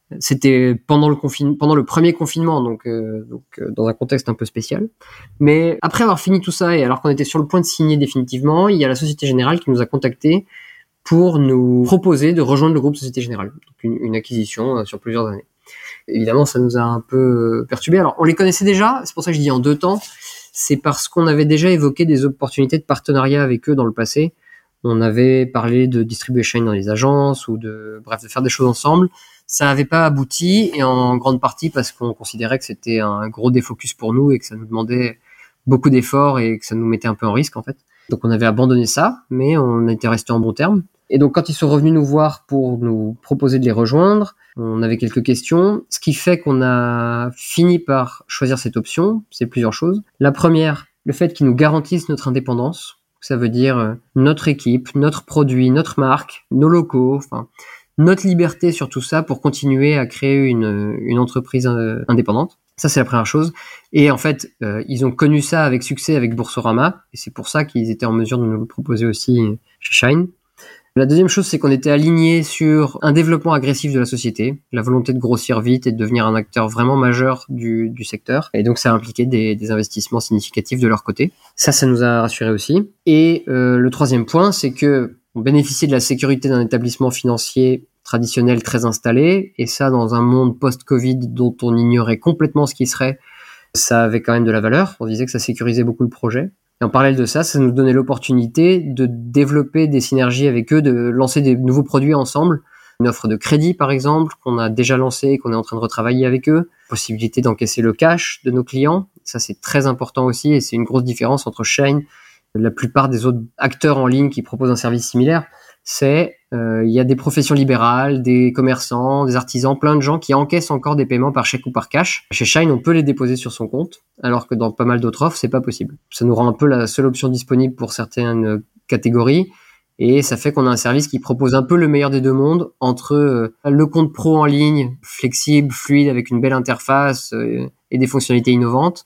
C'était pendant le confinement, pendant le premier confinement, donc, euh, donc euh, dans un contexte un peu spécial. Mais après avoir fini tout ça et alors qu'on était sur le point de signer définitivement, il y a la Société Générale qui nous a contactés pour nous proposer de rejoindre le groupe Société Générale, donc une, une acquisition euh, sur plusieurs années. Évidemment, ça nous a un peu perturbés. Alors, on les connaissait déjà, c'est pour ça que je dis en deux temps. C'est parce qu'on avait déjà évoqué des opportunités de partenariat avec eux dans le passé. On avait parlé de distribuer Shine dans les agences ou de, bref, de faire des choses ensemble. Ça n'avait pas abouti et en grande partie parce qu'on considérait que c'était un gros défocus pour nous et que ça nous demandait beaucoup d'efforts et que ça nous mettait un peu en risque, en fait. Donc, on avait abandonné ça, mais on était resté en bons termes. Et donc, quand ils sont revenus nous voir pour nous proposer de les rejoindre, on avait quelques questions. Ce qui fait qu'on a fini par choisir cette option, c'est plusieurs choses. La première, le fait qu'ils nous garantissent notre indépendance. Ça veut dire notre équipe, notre produit, notre marque, nos locaux, enfin, notre liberté sur tout ça pour continuer à créer une, une entreprise indépendante. Ça, c'est la première chose. Et en fait, euh, ils ont connu ça avec succès avec Boursorama. Et c'est pour ça qu'ils étaient en mesure de nous le proposer aussi chez Shine. La deuxième chose, c'est qu'on était alignés sur un développement agressif de la société, la volonté de grossir vite et de devenir un acteur vraiment majeur du, du secteur. Et donc, ça impliquait des, des investissements significatifs de leur côté. Ça, ça nous a rassurés aussi. Et euh, le troisième point, c'est que on bénéficiait de la sécurité d'un établissement financier traditionnel très installé. Et ça, dans un monde post-Covid dont on ignorait complètement ce qui serait, ça avait quand même de la valeur. On disait que ça sécurisait beaucoup le projet. Et en parallèle de ça, ça nous donnait l'opportunité de développer des synergies avec eux, de lancer des nouveaux produits ensemble. Une offre de crédit, par exemple, qu'on a déjà lancée et qu'on est en train de retravailler avec eux. Possibilité d'encaisser le cash de nos clients. Ça, c'est très important aussi et c'est une grosse différence entre Shine et la plupart des autres acteurs en ligne qui proposent un service similaire. C'est, euh, il y a des professions libérales, des commerçants, des artisans, plein de gens qui encaissent encore des paiements par chèque ou par cash. Chez Shine, on peut les déposer sur son compte, alors que dans pas mal d'autres offres, c'est pas possible. Ça nous rend un peu la seule option disponible pour certaines catégories, et ça fait qu'on a un service qui propose un peu le meilleur des deux mondes entre euh, le compte pro en ligne, flexible, fluide, avec une belle interface euh, et des fonctionnalités innovantes,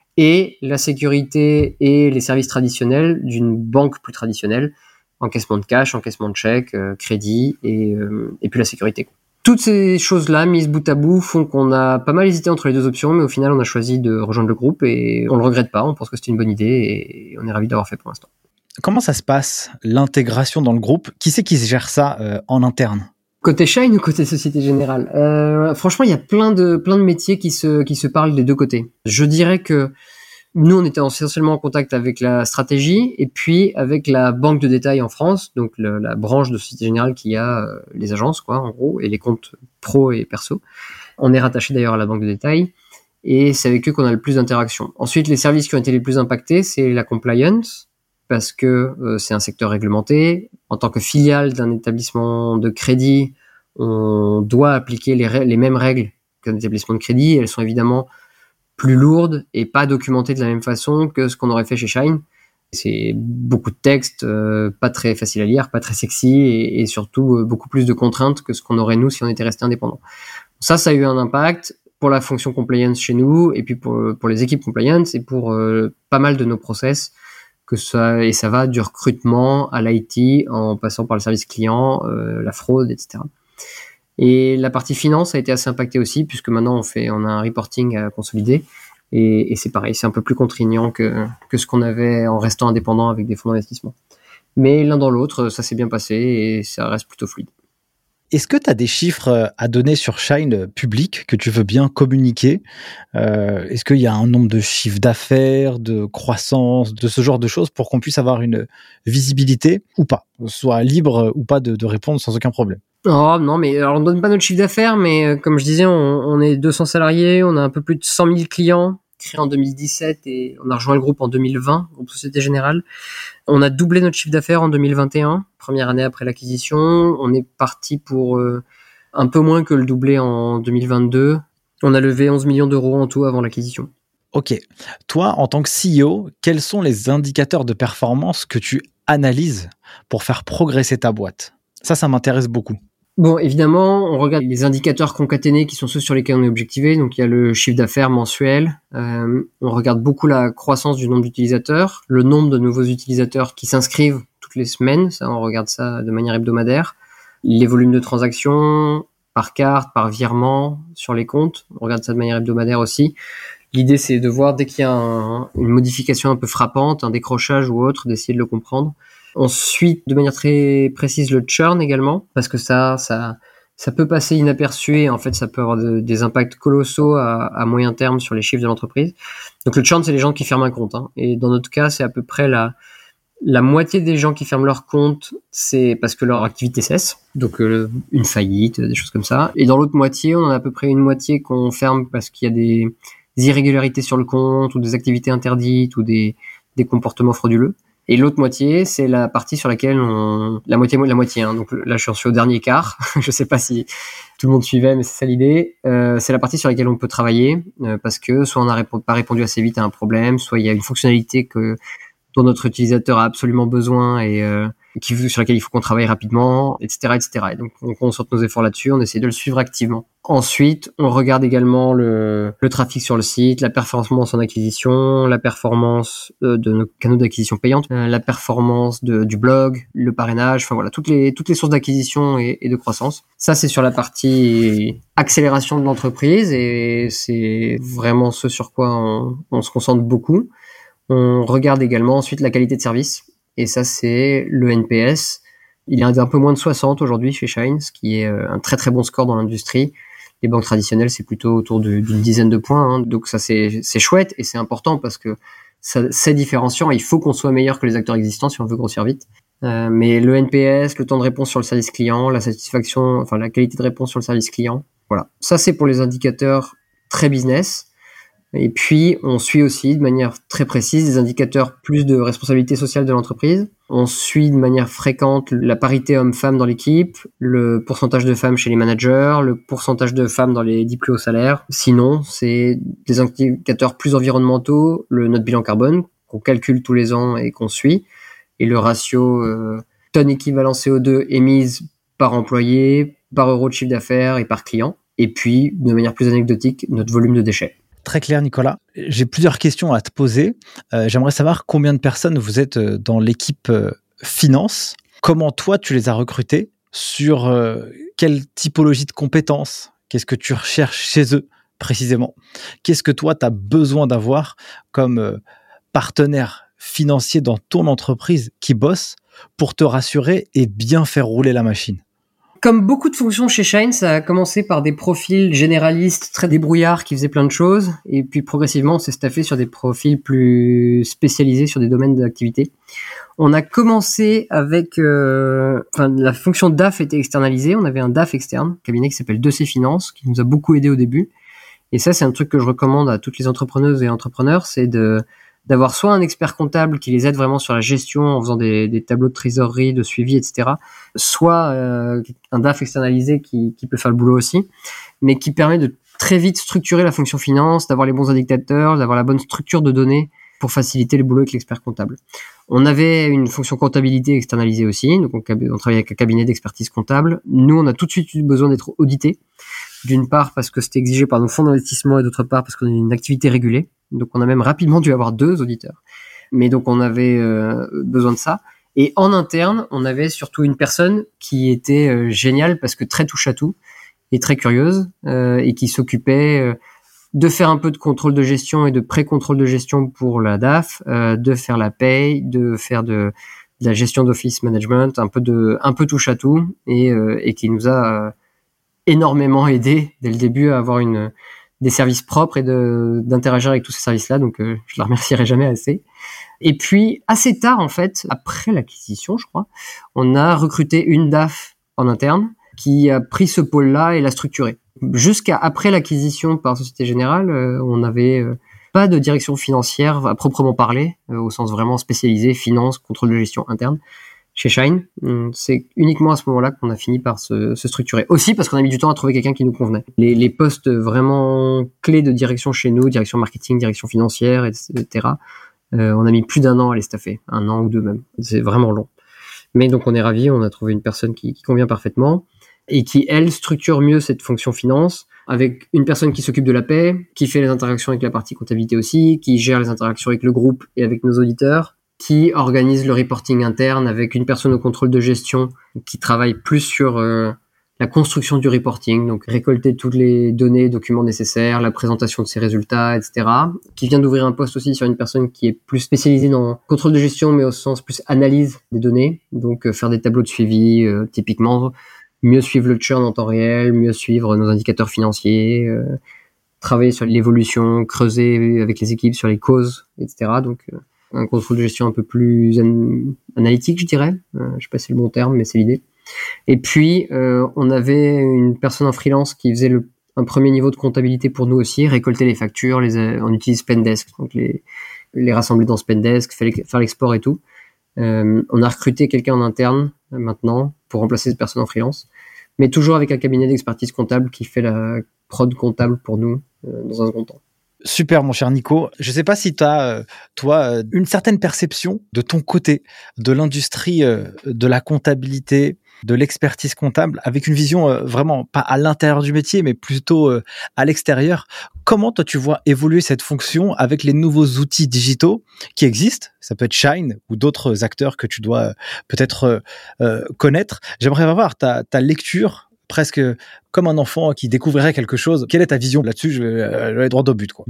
et la sécurité et les services traditionnels d'une banque plus traditionnelle. Encaissement de cash, encaissement de chèque, euh, crédit et, euh, et puis la sécurité. Toutes ces choses-là, mises bout à bout, font qu'on a pas mal hésité entre les deux options, mais au final, on a choisi de rejoindre le groupe et on le regrette pas. On pense que c'était une bonne idée et on est ravis d'avoir fait pour l'instant. Comment ça se passe, l'intégration dans le groupe ? Qui c'est qui gère ça euh, en interne ? Côté Shine ou côté Société Générale ? euh, Franchement, il y a plein de, plein de métiers qui se, qui se parlent des deux côtés. Je dirais que nous, on était essentiellement en contact avec la stratégie et puis avec la banque de détail en France, donc le, la branche de Société Générale qui a euh, les agences, quoi, en gros, et les comptes pro et perso. On est rattaché d'ailleurs à la banque de détail et c'est avec eux qu'on a le plus d'interactions. Ensuite, les services qui ont été les plus impactés, c'est la compliance, parce que euh, c'est un secteur réglementé. En tant que filiale d'un établissement de crédit, on doit appliquer les, ra- les mêmes règles qu'un établissement de crédit. Elles sont évidemment plus lourde et pas documentée de la même façon que ce qu'on aurait fait chez Shine. C'est beaucoup de textes, euh, pas très facile à lire, pas très sexy et, et surtout euh, beaucoup plus de contraintes que ce qu'on aurait nous si on était resté indépendant. Ça, ça a eu un impact pour la fonction compliance chez nous et puis pour, pour les équipes compliance et pour euh, pas mal de nos process, que ça, et ça va du recrutement à l'I T en passant par le service client, euh, la fraude, et cetera. Et la partie finance a été assez impactée aussi, puisque maintenant on fait, on a un reporting à consolider, et, et c'est pareil, c'est un peu plus contraignant que, que ce qu'on avait en restant indépendant avec des fonds d'investissement. Mais l'un dans l'autre, ça s'est bien passé et ça reste plutôt fluide. Est-ce que tu as des chiffres à donner sur Shine public que tu veux bien communiquer ? euh, Est-ce qu'il y a un nombre de chiffres d'affaires, de croissance, de ce genre de choses pour qu'on puisse avoir une visibilité ou pas ? Soit libre ou pas de, de répondre sans aucun problème. Oh non, mais alors on donne pas notre chiffre d'affaires, mais euh, comme je disais, on, on est deux cents salariés, on a un peu plus de cent mille clients, créés en deux mille dix-sept et on a rejoint le groupe en deux mille vingt, groupe Société Générale. On a doublé notre chiffre d'affaires en deux mille vingt et un, première année après l'acquisition. On est parti pour euh, un peu moins que le doublé en deux mille vingt-deux. On a levé onze millions d'euros en tout avant l'acquisition. Ok. Toi, en tant que C E O, quels sont les indicateurs de performance que tu analyses pour faire progresser ta boîte ? Ça, ça m'intéresse beaucoup. Bon, évidemment, on regarde les indicateurs concaténés qui sont ceux sur lesquels on est objectivé. Donc, il y a le chiffre d'affaires mensuel. Euh, on regarde beaucoup la croissance du nombre d'utilisateurs, le nombre de nouveaux utilisateurs qui s'inscrivent toutes les semaines. Ça, on regarde ça de manière hebdomadaire. Les volumes de transactions, par carte, par virement, sur les comptes. On regarde ça de manière hebdomadaire aussi. L'idée, c'est de voir dès qu'il y a un, une modification un peu frappante, un décrochage ou autre, d'essayer de le comprendre. Ensuite, de manière très précise, le churn également, parce que ça, ça, ça peut passer inaperçu et en fait, ça peut avoir de, des impacts colossaux à, à moyen terme sur les chiffres de l'entreprise. Donc, le churn, c'est les gens qui ferment un compte, hein. Et dans notre cas, c'est à peu près la, la moitié des gens qui ferment leur compte, c'est parce que leur activité cesse. Donc, euh, une faillite, des choses comme ça. Et dans l'autre moitié, on a à peu près une moitié qu'on ferme parce qu'il y a des, des irrégularités sur le compte ou des activités interdites ou des, des comportements frauduleux. Et l'autre moitié, c'est la partie sur laquelle on, la moitié, la moitié, hein. Donc là, je suis au dernier quart. Je sais pas si tout le monde suivait, mais c'est ça l'idée. Euh, c'est la partie sur laquelle on peut travailler, euh, parce que soit on n'a répo- pas répondu assez vite à un problème, soit il y a une fonctionnalité que, dont notre utilisateur a absolument besoin et, euh, qui, sur laquelle il faut qu'on travaille rapidement, et cetera, et cetera. Et donc, on concentre nos efforts là-dessus, on essaie de le suivre activement. Ensuite, on regarde également le, le trafic sur le site, la performance en acquisition, la performance euh, de nos canaux d'acquisition payante, euh, la performance de, du blog, le parrainage, enfin voilà, toutes les, toutes les sources d'acquisition et, et de croissance. Ça, c'est sur la partie accélération de l'entreprise et c'est vraiment ce sur quoi on, on se concentre beaucoup. On regarde également ensuite la qualité de service. Et ça, c'est le N P S. Il est un peu moins de soixante aujourd'hui chez Shine, ce qui est un très très bon score dans l'industrie. Les banques traditionnelles, c'est plutôt autour de, d'une dizaine de points, hein. Donc ça, c'est, c'est chouette et c'est important parce que ça, c'est différenciant. Il faut qu'on soit meilleur que les acteurs existants si on veut grossir vite. Euh, mais le N P S, le temps de réponse sur le service client, la satisfaction, enfin la qualité de réponse sur le service client. Voilà. Ça, c'est pour les indicateurs très business. Et puis, on suit aussi de manière très précise des indicateurs plus de responsabilité sociale de l'entreprise. On suit de manière fréquente la parité homme-femme dans l'équipe, le pourcentage de femmes chez les managers, le pourcentage de femmes dans les dix plus hauts salaires. Sinon, c'est des indicateurs plus environnementaux, le notre bilan carbone, qu'on calcule tous les ans et qu'on suit, et le ratio euh, tonne équivalent C O deux émise par employé, par euro de chiffre d'affaires et par client. Et puis, de manière plus anecdotique, notre volume de déchets. Très clair, Nicolas. J'ai plusieurs questions à te poser. Euh, j'aimerais savoir combien de personnes vous êtes dans l'équipe euh, finance. Comment toi, tu les as recrutés? Sur euh, quelle typologie de compétences? Qu'est-ce que tu recherches chez eux précisément? Qu'est-ce que toi, tu as besoin d'avoir comme euh, partenaire financier dans ton entreprise qui bosse pour te rassurer et bien faire rouler la machine? Comme beaucoup de fonctions chez Shine, ça a commencé par des profils généralistes très débrouillards qui faisaient plein de choses. Et puis progressivement, on s'est staffé sur des profils plus spécialisés sur des domaines d'activité. On a commencé avec... Euh, enfin, la fonction D A F était externalisée. On avait un D A F externe, un cabinet qui s'appelle deux C Finance, qui nous a beaucoup aidé au début. Et ça, c'est un truc que je recommande à toutes les entrepreneuses et entrepreneurs, c'est de... d'avoir soit un expert comptable qui les aide vraiment sur la gestion en faisant des, des tableaux de trésorerie, de suivi, et cetera, soit euh, un D A F externalisé qui, qui peut faire le boulot aussi, mais qui permet de très vite structurer la fonction finance, d'avoir les bons indicateurs, d'avoir la bonne structure de données pour faciliter le boulot avec l'expert comptable. On avait une fonction comptabilité externalisée aussi, donc on, on travaillait avec un cabinet d'expertise comptable. Nous, on a tout de suite eu besoin d'être audité, d'une part parce que c'était exigé par nos fonds d'investissement et d'autre part parce qu'on a une activité régulée. Donc on a même rapidement dû avoir deux auditeurs. Mais donc on avait euh, besoin de ça. Et en interne, on avait surtout une personne qui était euh, géniale parce que très touche à tout et très curieuse euh, et qui s'occupait euh, de faire un peu de contrôle de gestion et de pré-contrôle de gestion pour la D A F, euh, de faire la paye, de faire de, de la gestion d'office management, un peu de un peu touche à tout et, euh, et qui nous a euh, énormément aidé dès le début à avoir une des services propres et de d'interagir avec tous ces services-là. Donc, euh, je la remercierai jamais assez. Et puis, assez tard, en fait, après l'acquisition, je crois, on a recruté une D A F en interne qui a pris ce pôle-là et l'a structuré. Jusqu'à après l'acquisition par Société Générale, euh, on n'avait euh, pas de direction financière à proprement parler, euh, au sens vraiment spécialisé, finance, contrôle de gestion interne. Chez Shine, c'est uniquement à ce moment-là qu'on a fini par se, se structurer. Aussi parce qu'on a mis du temps à trouver quelqu'un qui nous convenait. Les, les postes vraiment clés de direction chez nous, direction marketing, direction financière, et cetera, euh, on a mis plus d'un an à les staffer, un an ou deux même. C'est vraiment long. Mais donc on est ravis, on a trouvé une personne qui, qui convient parfaitement et qui, elle, structure mieux cette fonction finance avec une personne qui s'occupe de la paie, qui fait les interactions avec la partie comptabilité aussi, qui gère les interactions avec le groupe et avec nos auditeurs, qui organise le reporting interne avec une personne au contrôle de gestion qui travaille plus sur euh, la construction du reporting, donc récolter toutes les données, documents nécessaires, la présentation de ses résultats, et cetera. Qui vient d'ouvrir un poste aussi sur une personne qui est plus spécialisée dans contrôle de gestion, mais au sens plus analyse des données, donc euh, faire des tableaux de suivi, euh, typiquement mieux suivre le churn en temps réel, mieux suivre nos indicateurs financiers, euh, travailler sur l'évolution, creuser avec les équipes sur les causes, et cetera. Donc euh, un contrôle de gestion un peu plus an- analytique, je dirais. Euh, je sais pas si c'est le bon terme, mais c'est l'idée. Et puis, euh, on avait une personne en freelance qui faisait le, un premier niveau de comptabilité pour nous aussi, récolter les factures, les, on utilise Spendesk, donc les, les rassembler dans Spendesk, faire l'export et tout. Euh, on a recruté quelqu'un en interne euh, maintenant pour remplacer cette personne en freelance, mais toujours avec un cabinet d'expertise comptable qui fait la prod comptable pour nous euh, dans un second temps. Super, mon cher Nico. Je ne sais pas si tu as, euh, toi, euh, une certaine perception de ton côté de l'industrie euh, de la comptabilité, de l'expertise comptable, avec une vision euh, vraiment pas à l'intérieur du métier, mais plutôt euh, à l'extérieur. Comment toi tu vois évoluer cette fonction avec les nouveaux outils digitaux qui existent? Ça peut être Shine ou d'autres acteurs que tu dois euh, peut-être euh, euh, connaître. J'aimerais avoir ta, ta lecture presque comme un enfant qui découvrirait quelque chose. Quelle est ta vision là-dessus? Je vais, euh, je vais aller droit au but, quoi.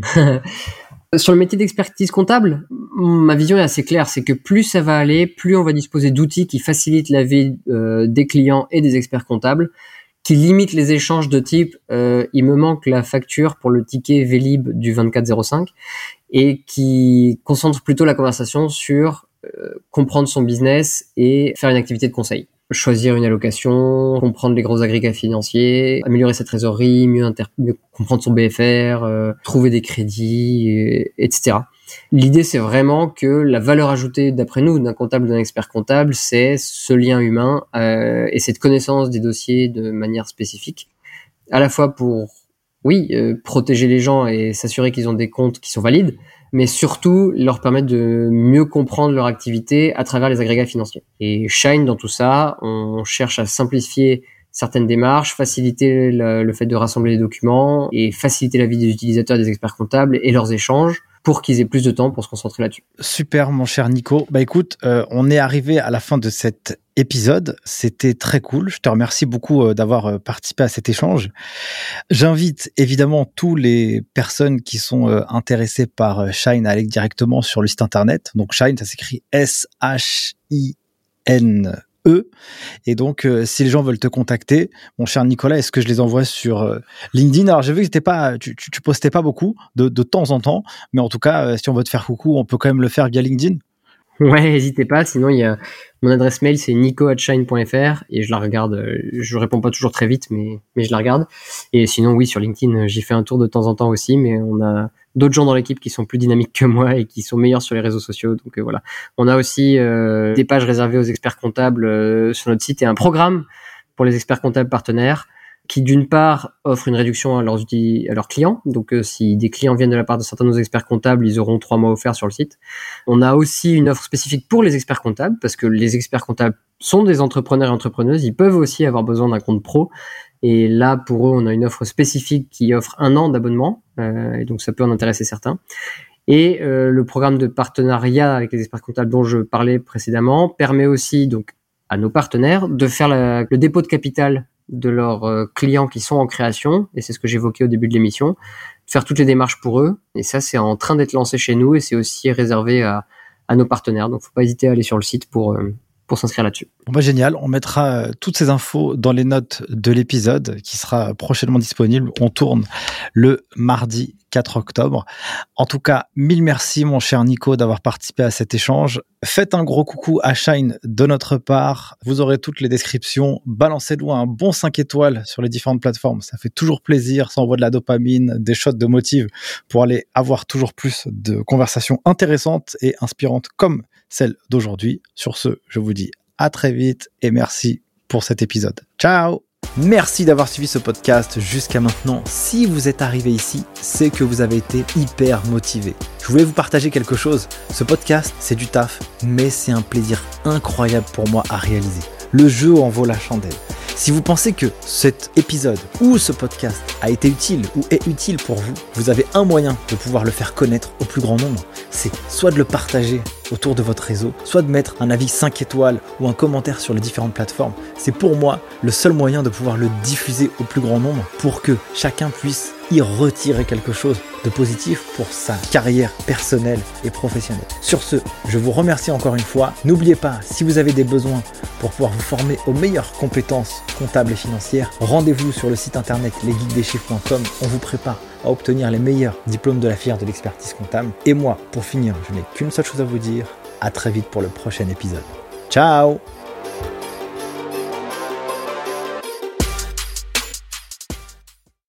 Sur le métier d'expertise comptable, ma vision est assez claire, c'est que plus ça va aller, plus on va disposer d'outils qui facilitent la vie euh, des clients et des experts comptables, qui limitent les échanges de type euh, il me manque la facture pour le ticket Vélib du vingt-quatre zéro cinq, et qui concentrent plutôt la conversation sur euh, comprendre son business et faire une activité de conseil. Choisir une allocation, comprendre les gros agrégats financiers, améliorer sa trésorerie, mieux, inter- mieux comprendre son B F R, euh, trouver des crédits, et, etc. L'idée, c'est vraiment que la valeur ajoutée, d'après nous, d'un comptable, d'un expert comptable, c'est ce lien humain euh, et cette connaissance des dossiers de manière spécifique, à la fois pour, oui, euh, protéger les gens et s'assurer qu'ils ont des comptes qui sont valides, mais surtout leur permettre de mieux comprendre leur activité à travers les agrégats financiers. Et Shine, dans tout ça, on cherche à simplifier certaines démarches, faciliter le, le fait de rassembler les documents et faciliter la vie des utilisateurs, des experts comptables et leurs échanges pour qu'ils aient plus de temps pour se concentrer là-dessus. Super, mon cher Nico. Bah écoute, euh, on est arrivé à la fin de cet épisode. C'était très cool. Je te remercie beaucoup euh, d'avoir euh, participé à cet échange. J'invite évidemment tous les personnes qui sont euh, intéressées par euh, Shine à aller directement sur le site internet. Donc Shine, ça s'écrit S H I N E. Et donc, euh, si les gens veulent te contacter, mon cher Nicolas, est-ce que je les envoie sur euh, LinkedIn? Alors, j'ai vu que t'étais pas, tu, tu, tu postais pas beaucoup de, de temps en temps, mais en tout cas, euh, si on veut te faire coucou, on peut quand même le faire via LinkedIn. Ouais, n'hésitez pas. Sinon, il y a mon adresse mail, c'est nico arobase shine point f r et je la regarde. Je réponds pas toujours très vite, mais mais je la regarde. Et sinon, oui, sur LinkedIn, j'y fais un tour de temps en temps aussi, mais on a d'autres gens dans l'équipe qui sont plus dynamiques que moi et qui sont meilleurs sur les réseaux sociaux. Donc euh, voilà. On a aussi euh, des pages réservées aux experts comptables euh, sur notre site et un programme pour les experts comptables partenaires qui d'une part offre une réduction à leurs outils, à leurs clients. Donc euh, si des clients viennent de la part de certains de nos experts comptables, ils auront trois mois offerts sur le site. On a aussi une offre spécifique pour les experts comptables parce que les experts comptables sont des entrepreneurs et entrepreneuses. Ils peuvent aussi avoir besoin d'un compte pro. Et là, pour eux, on a une offre spécifique qui offre un an d'abonnement. Euh, et donc, ça peut en intéresser certains. Et euh, le programme de partenariat avec les experts comptables dont je parlais précédemment permet aussi donc à nos partenaires de faire la, le dépôt de capital de leurs euh, clients qui sont en création. Et c'est ce que j'évoquais au début de l'émission. De faire toutes les démarches pour eux. Et ça, c'est en train d'être lancé chez nous et c'est aussi réservé à, à nos partenaires. Donc, faut pas hésiter à aller sur le site pour... Euh, pour s'inscrire là-dessus. Bon bah génial, on mettra euh, toutes ces infos dans les notes de l'épisode qui sera prochainement disponible. On tourne le mardi quatre octobre. En tout cas, mille merci mon cher Nico d'avoir participé à cet échange. Faites un gros coucou à Shine de notre part. Vous aurez toutes les descriptions. Balancez-nous un bon cinq étoiles sur les différentes plateformes. Ça fait toujours plaisir. Ça envoie de la dopamine, des shots de motive pour aller avoir toujours plus de conversations intéressantes et inspirantes comme celle d'aujourd'hui. Sur ce, je vous dis à très vite et merci pour cet épisode. Ciao! Merci d'avoir suivi ce podcast jusqu'à maintenant. Si vous êtes arrivé ici, c'est que vous avez été hyper motivé. Je voulais vous partager quelque chose. Ce podcast, c'est du taf, mais c'est un plaisir incroyable pour moi à réaliser. Le jeu en vaut la chandelle. Si vous pensez que cet épisode ou ce podcast a été utile ou est utile pour vous, vous avez un moyen de pouvoir le faire connaître au plus grand nombre. C'est soit de le partager autour de votre réseau, soit de mettre un avis cinq étoiles ou un commentaire sur les différentes plateformes. C'est pour moi le seul moyen de pouvoir le diffuser au plus grand nombre pour que chacun puisse y retirer quelque chose de positif pour sa carrière personnelle et professionnelle. Sur ce, je vous remercie encore une fois. N'oubliez pas, si vous avez des besoins pour pouvoir vous former aux meilleures compétences comptables et financières, rendez-vous sur le site internet les geeks des chiffres point com. On vous prépare à obtenir les meilleurs diplômes de la filière de l'expertise comptable. Et moi, pour finir, je n'ai qu'une seule chose à vous dire. À très vite pour le prochain épisode. Ciao!